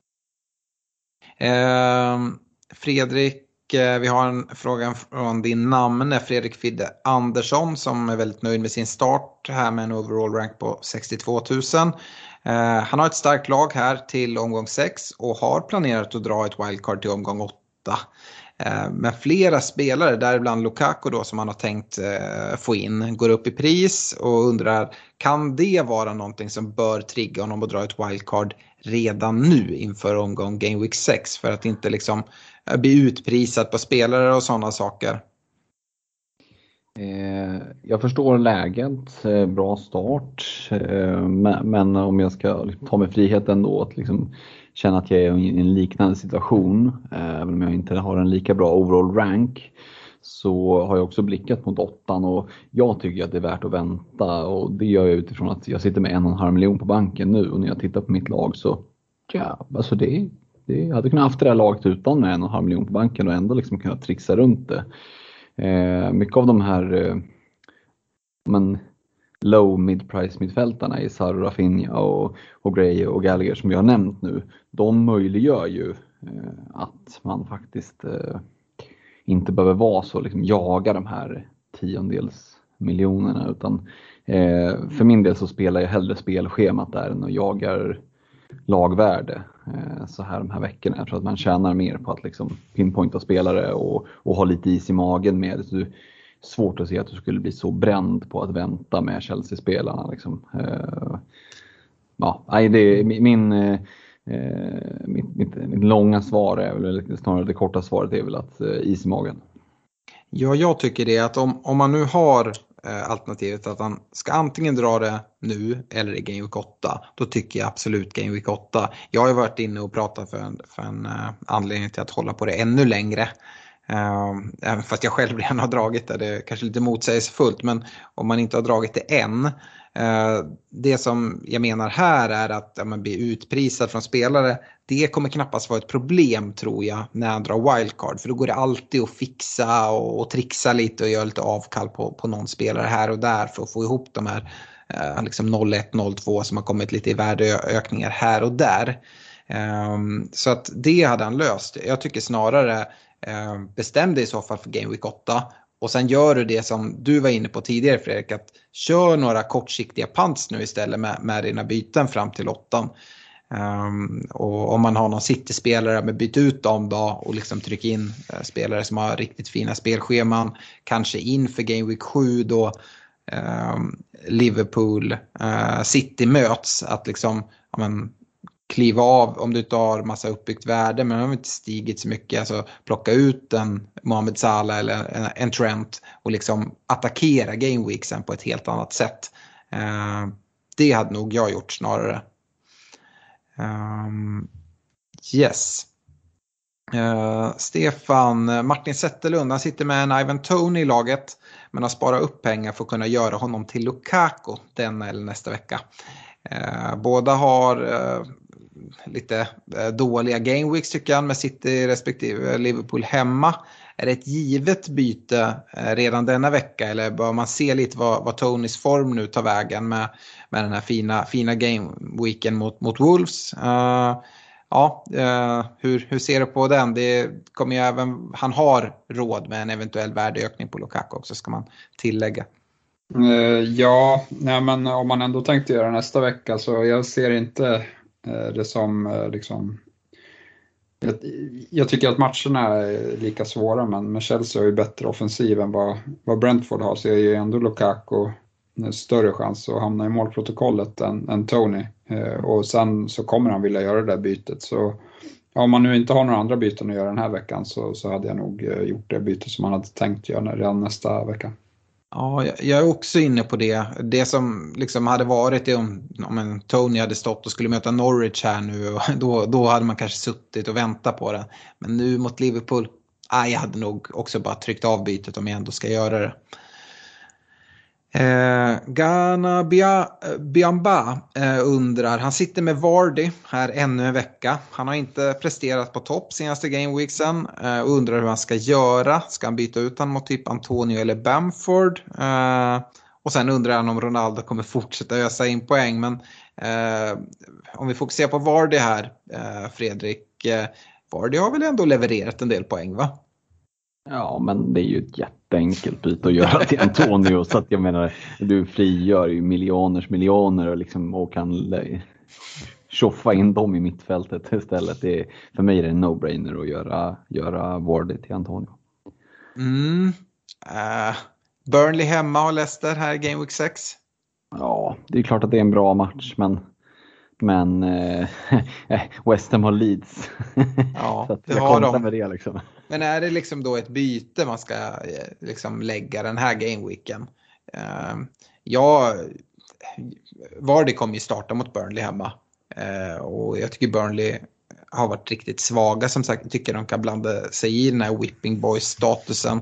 Fredrik, vi har en fråga från din namn, Fredrik Fidde Andersson, som är väldigt nöjd med sin start här med en overall rank på 62 000. Han har ett starkt lag här till omgång 6 och har planerat att dra ett wildcard till omgång 8. Men flera spelare, däribland Lukaku då, som han har tänkt få in, går upp i pris och undrar, kan det vara någonting som bör trigga honom att dra ett wildcard redan nu inför omgång Game Week 6 för att inte liksom bli utprisat på spelare och sådana saker? Jag förstår läget, bra start, men om jag ska ta mig friheten då att liksom känna att jag är i en liknande situation, även om jag inte har en lika bra overall rank, så har jag också blickat mot 8 och jag tycker att det är värt att vänta, och det gör jag utifrån att jag sitter med 1,5 miljon på banken nu, och när jag tittar på mitt lag så alltså jag hade kunnat haft det här laget utan med 1,5 miljon på banken och ändå liksom kunnat trixa runt det. Mycket av de här men low mid-price mittfältarna i Sarr, Rafinha och Gray och Gallagher som jag har nämnt nu, de möjliggör ju att man faktiskt inte behöver vara så liksom jaga de här 10-dels miljonerna, utan för min del så spelar jag hellre spelschemat där än och jagar lagvärde så här de här veckorna. Jag tror att man tjänar mer på att liksom pinpointa spelare och ha lite is i magen med det. Svårt att se att du skulle bli så bränd på att vänta med Chelsea-spelarna. Liksom. Det är mitt långa svar är väl, snarare det korta svaret är väl att is i magen. Ja, jag tycker det att om man nu har alternativet att han ska antingen dra det nu eller i Game Week 8, då tycker jag absolut Game Week 8. Jag har ju varit inne och pratat för en anledning till att hålla på det ännu längre. Även fast jag själv redan har dragit det är kanske lite motsägelsefullt, men om man inte har dragit det än, det som jag menar här är att man blir utprisad från spelare, det kommer knappast vara ett problem tror jag när han drar wildcard, för då går det alltid att fixa och trixa lite och göra lite avkall på någon spelare här och där för att få ihop de här liksom 0-1, 0-2 som har kommit lite i värdeökningar här och där. Så att det hade han löst. Jag tycker snarare bestäm dig i så fall för Game Week 8 och sen gör du det som du var inne på tidigare, Fredrik, att kör några kortsiktiga pants nu istället med dina byten fram till 8. Och om man har någon City-spelare med byt ut dem då och liksom tryck in spelare som har riktigt fina spelscheman, kanske inför Game Week 7 då Liverpool City möts, att liksom kliva av om du inte har massa uppbyggt värde men har inte stigit så mycket, alltså plocka ut en Mohamed Salah eller en Trent och liksom attackera Game Week sen på ett helt annat sätt. Det hade nog jag gjort snarare. Yes. Stefan Martin Zetterlund, han sitter med en Ivan Toney i laget men har sparat upp pengar för att kunna göra honom till Lukaku denna eller nästa vecka. Båda har lite dåliga game weeks tycker jag, med City respektive Liverpool hemma. Är det ett givet byte redan denna vecka eller bör man se lite vad Tonys form nu tar vägen med den här fina game weeken mot Wolves? Hur ser du på den? Det kommer ju även, han har råd med en eventuell värdeökning på Lukaku också, ska man tillägga. Men om man ändå tänkte göra nästa vecka så jag ser inte det som liksom, jag tycker att matcherna är lika svåra, men Chelsea har ju bättre offensiv än vad Brentford har, så jag ger ändå Lukaku större chans att hamna i målprotokollet än Tony, och sen så kommer han vilja göra det där bytet, så om man nu inte har några andra byten att göra den här veckan så hade jag nog gjort det bytet som man hade tänkt göra redan nästa vecka. Ja, jag är också inne på det. Det som liksom hade varit om en Tony hade stått och skulle möta Norwich här nu, och då hade man kanske suttit och väntat på det. Men nu mot Liverpool, jag hade nog också bara tryckt av bytet om jag ändå ska göra det. Ghana Biamba undrar, han sitter med Vardy här ännu en vecka. Han har inte presterat på topp senaste gameweeksen och undrar hur han ska göra. Ska han byta ut han mot typ Antonio eller Bamford? Och sen undrar han om Ronaldo kommer fortsätta ösa in poäng. Men om vi fokuserar på Vardy här, Fredrik, Vardy har väl ändå levererat en del poäng, va? Ja, men det är ju ett jätteenkelt byte att göra till Antonio, så att jag menar, du frigör ju miljoner och liksom och kan tjoffa in dem i mittfältet istället. För mig är det en no-brainer att göra Vardy till Antonio. Burnley hemma och Leicester här i Game Week 6. Ja, det är klart att det är en bra match, men West Ham har Leeds. Ja, så att det jag har kontar de. Med det liksom. Men är det liksom då ett byte man ska liksom lägga den här gameweeken? Vardy kommer ju starta mot Burnley hemma. Och jag tycker Burnley har varit riktigt svaga. Som sagt, jag tycker de kan blanda sig i den här whipping boys-statusen.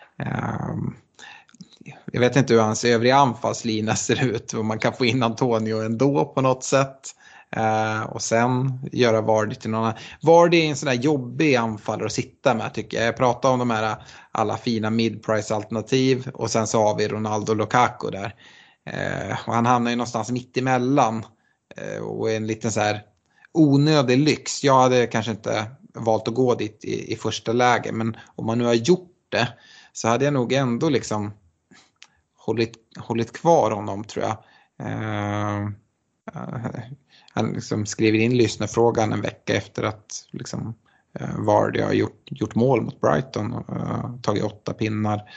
Jag vet inte hur hans övriga anfallslina ser ut. Om man kan få in Antonio ändå på något sätt. Och sen göra Vardy till någon annan. Vardy är en sån där jobbig anfallare att sitta med tycker jag. Jag pratar om de här alla fina mid-price alternativ och sen så har vi Ronaldo Lukaku där. Och han hamnar ju någonstans mitt emellan och är en liten så här onödig lyx. Jag hade kanske inte valt att gå dit i första läge, men om man nu har gjort det så hade jag nog ändå liksom hållit kvar honom tror jag. Han liksom skriver in lyssnarfrågan en vecka efter att liksom, Vardy har gjort mål mot Brighton och tagit 8 pinnar.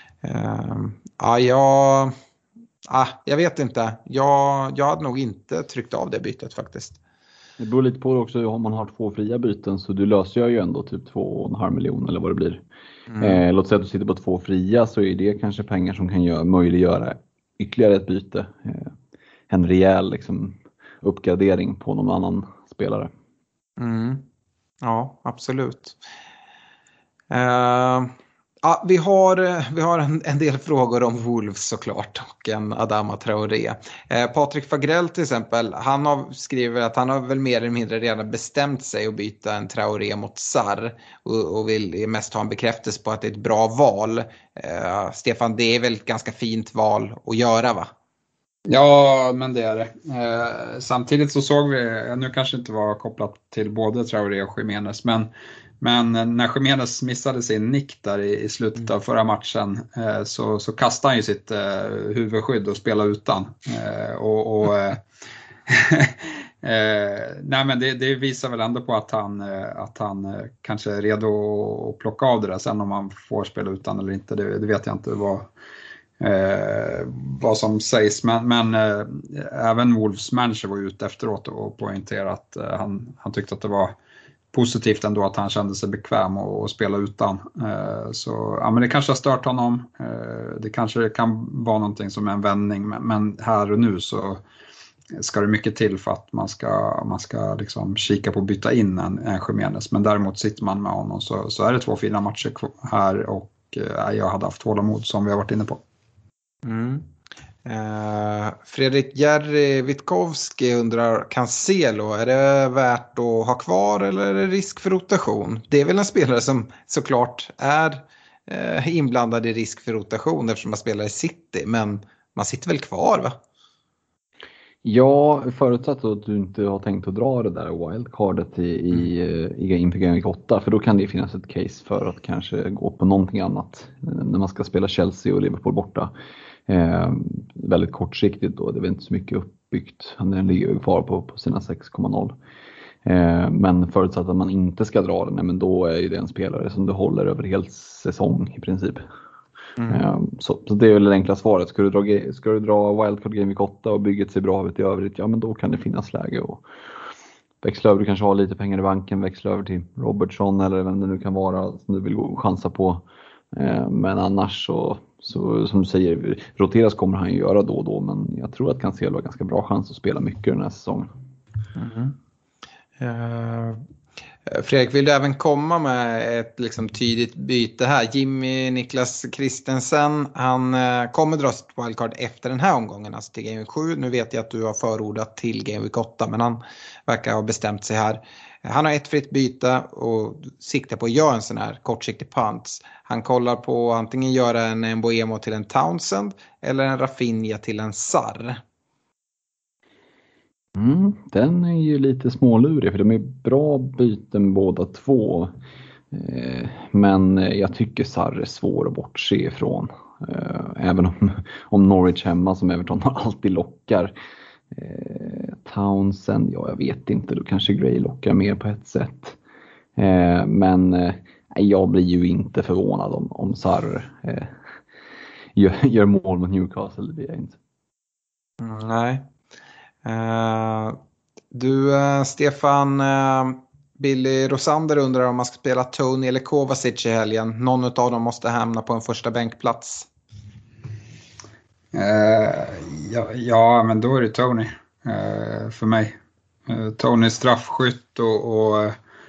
Jag vet inte. Jag hade nog inte tryckt av det bytet faktiskt. Det beror lite på också om man har 2 fria byten, så du löser ju ändå typ 2,5 miljoner eller vad det blir. Låt säga att du sitter på 2 fria, så är det kanske pengar som kan möjliggöra ytterligare ett byte. En rejäl liksom uppgradering på någon annan spelare. Ja, absolut. Vi har en del frågor om Wolves såklart och en Adama Traoré. Patrik Fagrell till exempel, han har skrivit att han har väl mer eller mindre redan bestämt sig att byta en Traoré mot Sarr och vill mest ha en bekräftelse på att det är ett bra val. Stefan, det är väl ett ganska fint val att göra, va? Ja, men det är det. Samtidigt så såg vi, nu kanske inte var kopplat till både Traoré och Jimenez, men när Jimenez missade sin nick där i slutet av förra matchen så kastade han ju sitt huvudskydd och spelade utan. Nej, men det visar väl ändå på att han kanske är redo att plocka av det där. Sen om han får spela utan eller inte, det vet jag inte vad som sägs, men även Wolves manager var ute efteråt och poängterade att han tyckte att det var positivt ändå att han kände sig bekväm och spela utan. Så ja, men det kanske har stört honom. Det kanske kan vara någonting som är en vändning, men här och nu så ska det mycket till för att man ska liksom kika på att byta in en Jimenez. Men däremot sitter man med honom så är det 2 fina matcher här och jag hade haft tålamod som vi har varit inne på. Fredrik Jerry Witkowski undrar, Cancelo, är det värt att ha kvar eller är det risk för rotation? Det är väl en spelare som såklart är inblandad i risk för rotation eftersom man spelar i City, men man sitter väl kvar, va? Ja, förutsatt att du inte har tänkt att dra det där wildcardet inför Game Week 8, för då kan det finnas ett case för att kanske gå på någonting annat när man ska spela Chelsea och Liverpool borta. Väldigt kortsiktigt då, det är väl inte så mycket uppbyggt. Han ligger kvar på sina 6,0. Men förutsatt att man inte ska dra den, men då är det en spelare som du håller över hel säsong i princip. Så det är väl det enkla svaret. Ska du dra wildcard Game Week 8 och bygget ser bra ut i övrigt, ja men då kan det finnas läge och växla över. Du kanske har lite pengar i banken, växla över till Robertson eller vem det nu kan vara som du vill chansa på. Men annars så som du säger, roteras kommer han ju göra då och då, men jag tror att Cancelo har ganska bra chans att spela mycket den här säsongen. Fredrik, vill du även komma med ett liksom tydligt byte här? Jimmy Niklas Christensen, han kommer dra sitt wildcard efter den här omgången, alltså till Game Week 7. Nu vet jag att du har förordat till Game Week 8, men han verkar ha bestämt sig här. Han har ett fritt byte och siktar på att göra en sån här kortsiktig punts. Han kollar på antingen göra en Mbeumo till en Townsend eller en Rafinha till en Sarr. Den är ju lite smålurig för de är bra byten båda två. Men jag tycker Sarr är svår att bortse ifrån. Även om Norwich hemma som Everton alltid lockar. Townsend, ja jag vet inte, då kanske Gray lockar mer på ett sätt. Men jag blir ju inte förvånad om Sarr gör mål mot Newcastle, det blir jag inte. Nej. Du Stefan, Billy Rosander undrar om man ska spela Tony eller Kovacic i helgen. Någon av dem måste hamna på en första bänkplats. Ja, men då är det Tony för mig. Tony straffskytt och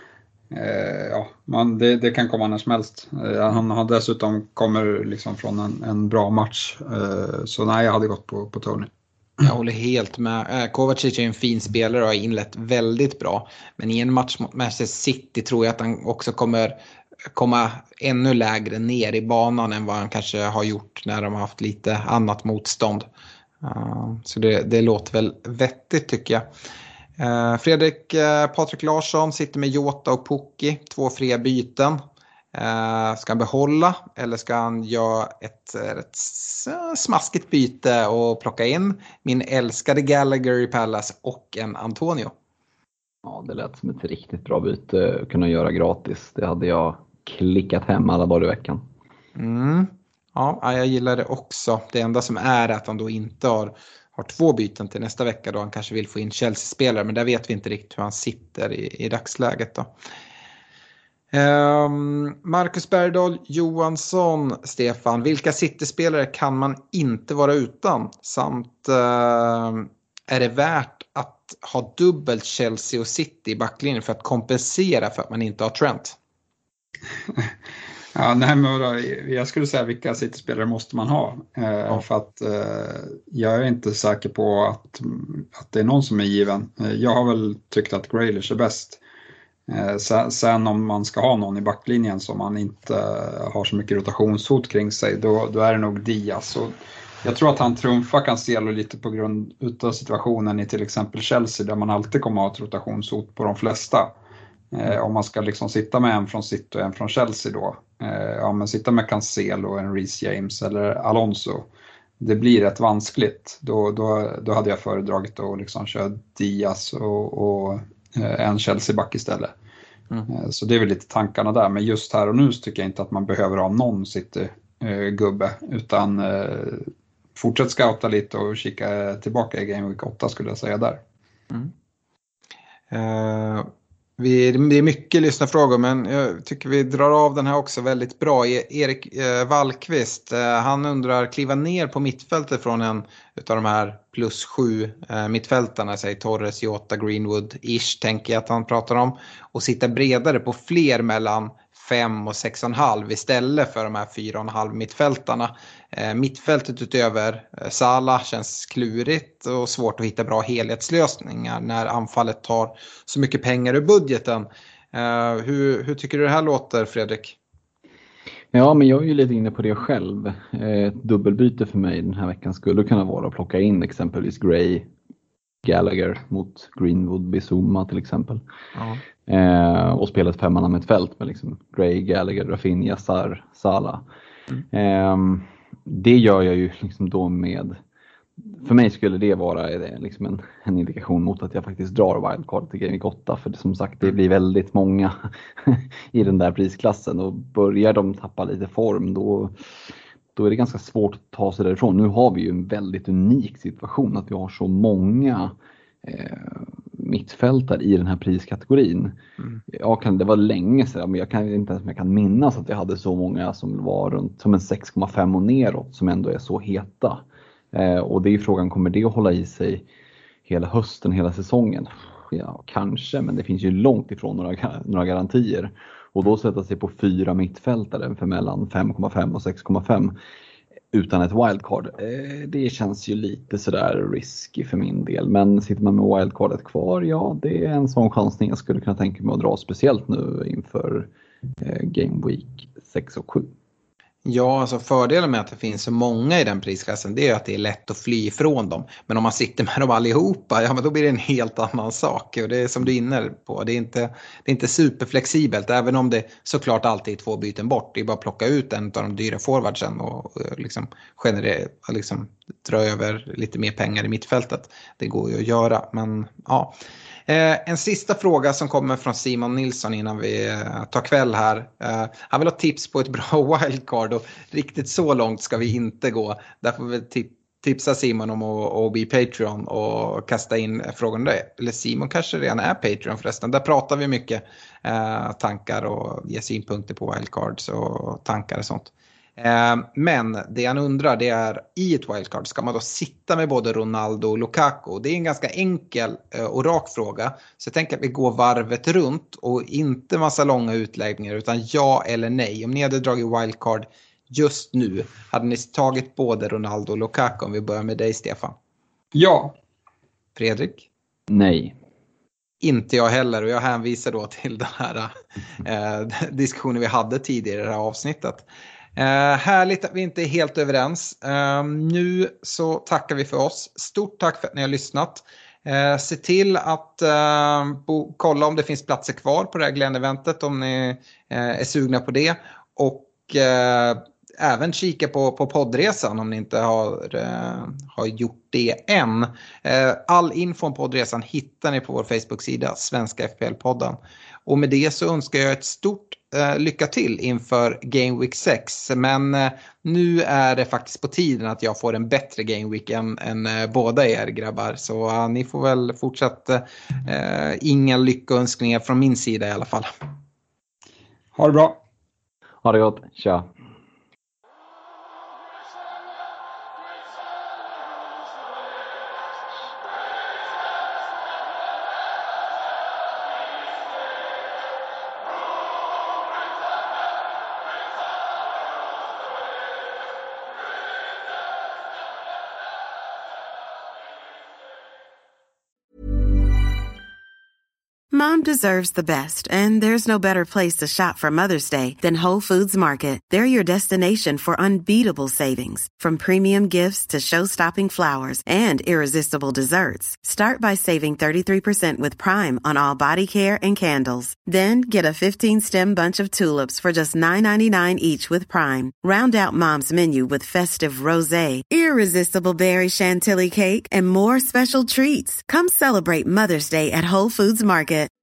det kan komma när som helst. Han har dessutom kommer liksom från en bra match. Så nej, jag hade gått på Tony. Jag håller helt med. Kovacic är en fin spelare och har inlett väldigt bra. Men i en match mot Manchester City tror jag att han också kommer komma ännu lägre ner i banan än vad han kanske har gjort när de har haft lite annat motstånd. Så det låter väl vettigt tycker jag. Fredrik, Patrik Larsson sitter med Jota och Pukki, 2 fria byten. Ska han behålla eller ska han göra ett smaskigt byte och plocka in min älskade Gallagher i Palace och en Antonio? Ja, det lät som ett riktigt bra byte att kunna göra gratis. Det hade jag klickat hem alla dagar i veckan. Ja, jag gillar det också. Det enda som är att han då inte har 2 byten till nästa vecka då han kanske vill få in Chelsea-spelare. Men där vet vi inte riktigt hur han sitter i dagsläget då. Marcus Bergdahl Johansson, Stefan, vilka City-spelare kan man inte vara utan? Samt är det värt att ha dubbelt Chelsea och City i backlinjen för att kompensera för att man inte har Trent? Ja, nej, men jag skulle säga vilka City-spelare måste man ha. För att jag är inte säker på att det är någon som är given. Jag har väl tyckt att Grealish är bäst. Sen om man ska ha någon i backlinjen som man inte har så mycket rotationshot kring sig, då är det nog Diaz. Och jag tror att han trumfar Cancelo lite på grund utav situationen i till exempel Chelsea där man alltid kommer att ha ett rotationshot på de flesta. Om man ska liksom sitta med en från City och en från Chelsea då. Men sitta med Cancelo och en Reece James eller Alonso. Det blir rätt vanskligt. Då hade jag föredragit att liksom köra Diaz och en Chelsea-back istället. Så det är väl lite tankarna där. Men just här och nu så tycker jag inte att man behöver ha någon City-gubbe. Utan fortsätt scouta lite och kika tillbaka i Game Week 8 skulle jag säga där. Det är mycket lyssnarfrågor men jag tycker vi drar av den här också väldigt bra. Erik Wallqvist, han undrar kliva ner på mittfältet från en utav de här +7 mittfältarna, säg Torres, Jota, Greenwood-ish tänker jag att han pratar om. Och sitta bredare på fler mellan 5 och 6,5 istället för de här 4,5 mittfältarna. Mittfältet utöver Salah känns klurigt och svårt att hitta bra helhetslösningar när anfallet tar så mycket pengar ur budgeten. Hur tycker du det här låter, Fredrik? Ja, men jag är ju lite inne på det själv. Ett dubbelbyte för mig den här veckan skulle kunna vara att plocka in exempelvis Gray, Gallagher mot Greenwood, Bissouma till exempel. Och spela ett 5-manna med ett fält med liksom Gray, Gallagher, Rafinha, Sarr, Salah. Det gör jag ju liksom då med. För mig skulle det vara liksom en indikation mot att jag faktiskt drar wildcard till Game Week 8. För det, som sagt, det blir väldigt många i den där prisklassen. Och börjar de tappa lite form då är det ganska svårt att ta sig därifrån. Nu har vi ju en väldigt unik situation att vi har så många mittfältare i den här priskategorin. Det var länge sedan, men jag kan inte ens jag kan minnas att jag hade så många som var runt som en 6,5 och neråt som ändå är så heta. Och det är ju frågan, kommer det att hålla i sig hela hösten, hela säsongen? Ja, kanske, men det finns ju långt ifrån några garantier. Och då sätta sig på 4 mittfältare för mellan 5,5 och 6,5 utan ett wildcard. Det känns ju lite sådär risky för min del. Men sitter man med wildcardet kvar, ja, det är en sån chansning jag skulle kunna tänka mig att dra, speciellt nu inför Game Week 6 och 7. Ja, alltså fördelen med att det finns så många i den prisklassen, det är att det är lätt att fly ifrån dem. Men om man sitter med dem allihopa, ja men då blir det en helt annan sak. Och det är som du är inne på, det är inte superflexibelt, även om det såklart alltid är 2 byten bort. Det är bara att plocka ut en av de dyra forwardsen och liksom dra över lite mer pengar i mittfältet. Det går ju att göra, men ja. En sista fråga som kommer från Simon Nilsson innan vi tar kväll här. Han vill ha tips på ett bra wildcard och riktigt så långt ska vi inte gå. Därför vill vi tipsa Simon om att bli Patreon och kasta in frågan där. Eller Simon kanske redan är Patreon förresten. Där pratar vi mycket tankar och ger synpunkter på wildcards och tankar och sånt. Men det han undrar, det är i ett wildcard ska man då sitta med både Ronaldo och Lukaku? Det är en ganska enkel och rak fråga, så jag tänker att vi går varvet runt och inte massa långa utläggningar utan ja eller nej. Om ni hade dragit wildcard just nu, hade ni tagit både Ronaldo och Lukaku? Om vi börjar med dig, Stefan. Ja. Fredrik? Nej. Inte jag heller, och jag hänvisar då till den här diskussionen vi hade tidigare i det här avsnittet. Härligt att vi inte är helt överens. Nu så tackar vi för oss. Stort tack för att ni har lyssnat. Se till att kolla om det finns platser kvar på det här Glenn-eventet om ni är sugna på det. Och även kika på poddresan om ni inte har gjort det än. All info om poddresan hittar ni på vår Facebook-sida Svenska FPL-podden. Och med det så önskar jag ett stort lycka till inför Game Week 6. Men nu är det faktiskt på tiden att jag får en bättre Game Week än båda er grabbar. Så ni får väl fortsätta. Inga lyckönskningar från min sida i alla fall. Ha det bra. Ha det gott. Tja. Mom deserves the best, and there's no better place to shop for Mother's Day than Whole Foods Market. They're your destination for unbeatable savings, from premium gifts to show-stopping flowers and irresistible desserts. Start by saving 33% with Prime on all body care and candles. Then get a 15-stem bunch of tulips for just $9.99 each with Prime. Round out Mom's menu with festive rosé, irresistible berry chantilly cake, and more special treats. Come celebrate Mother's Day at Whole Foods Market.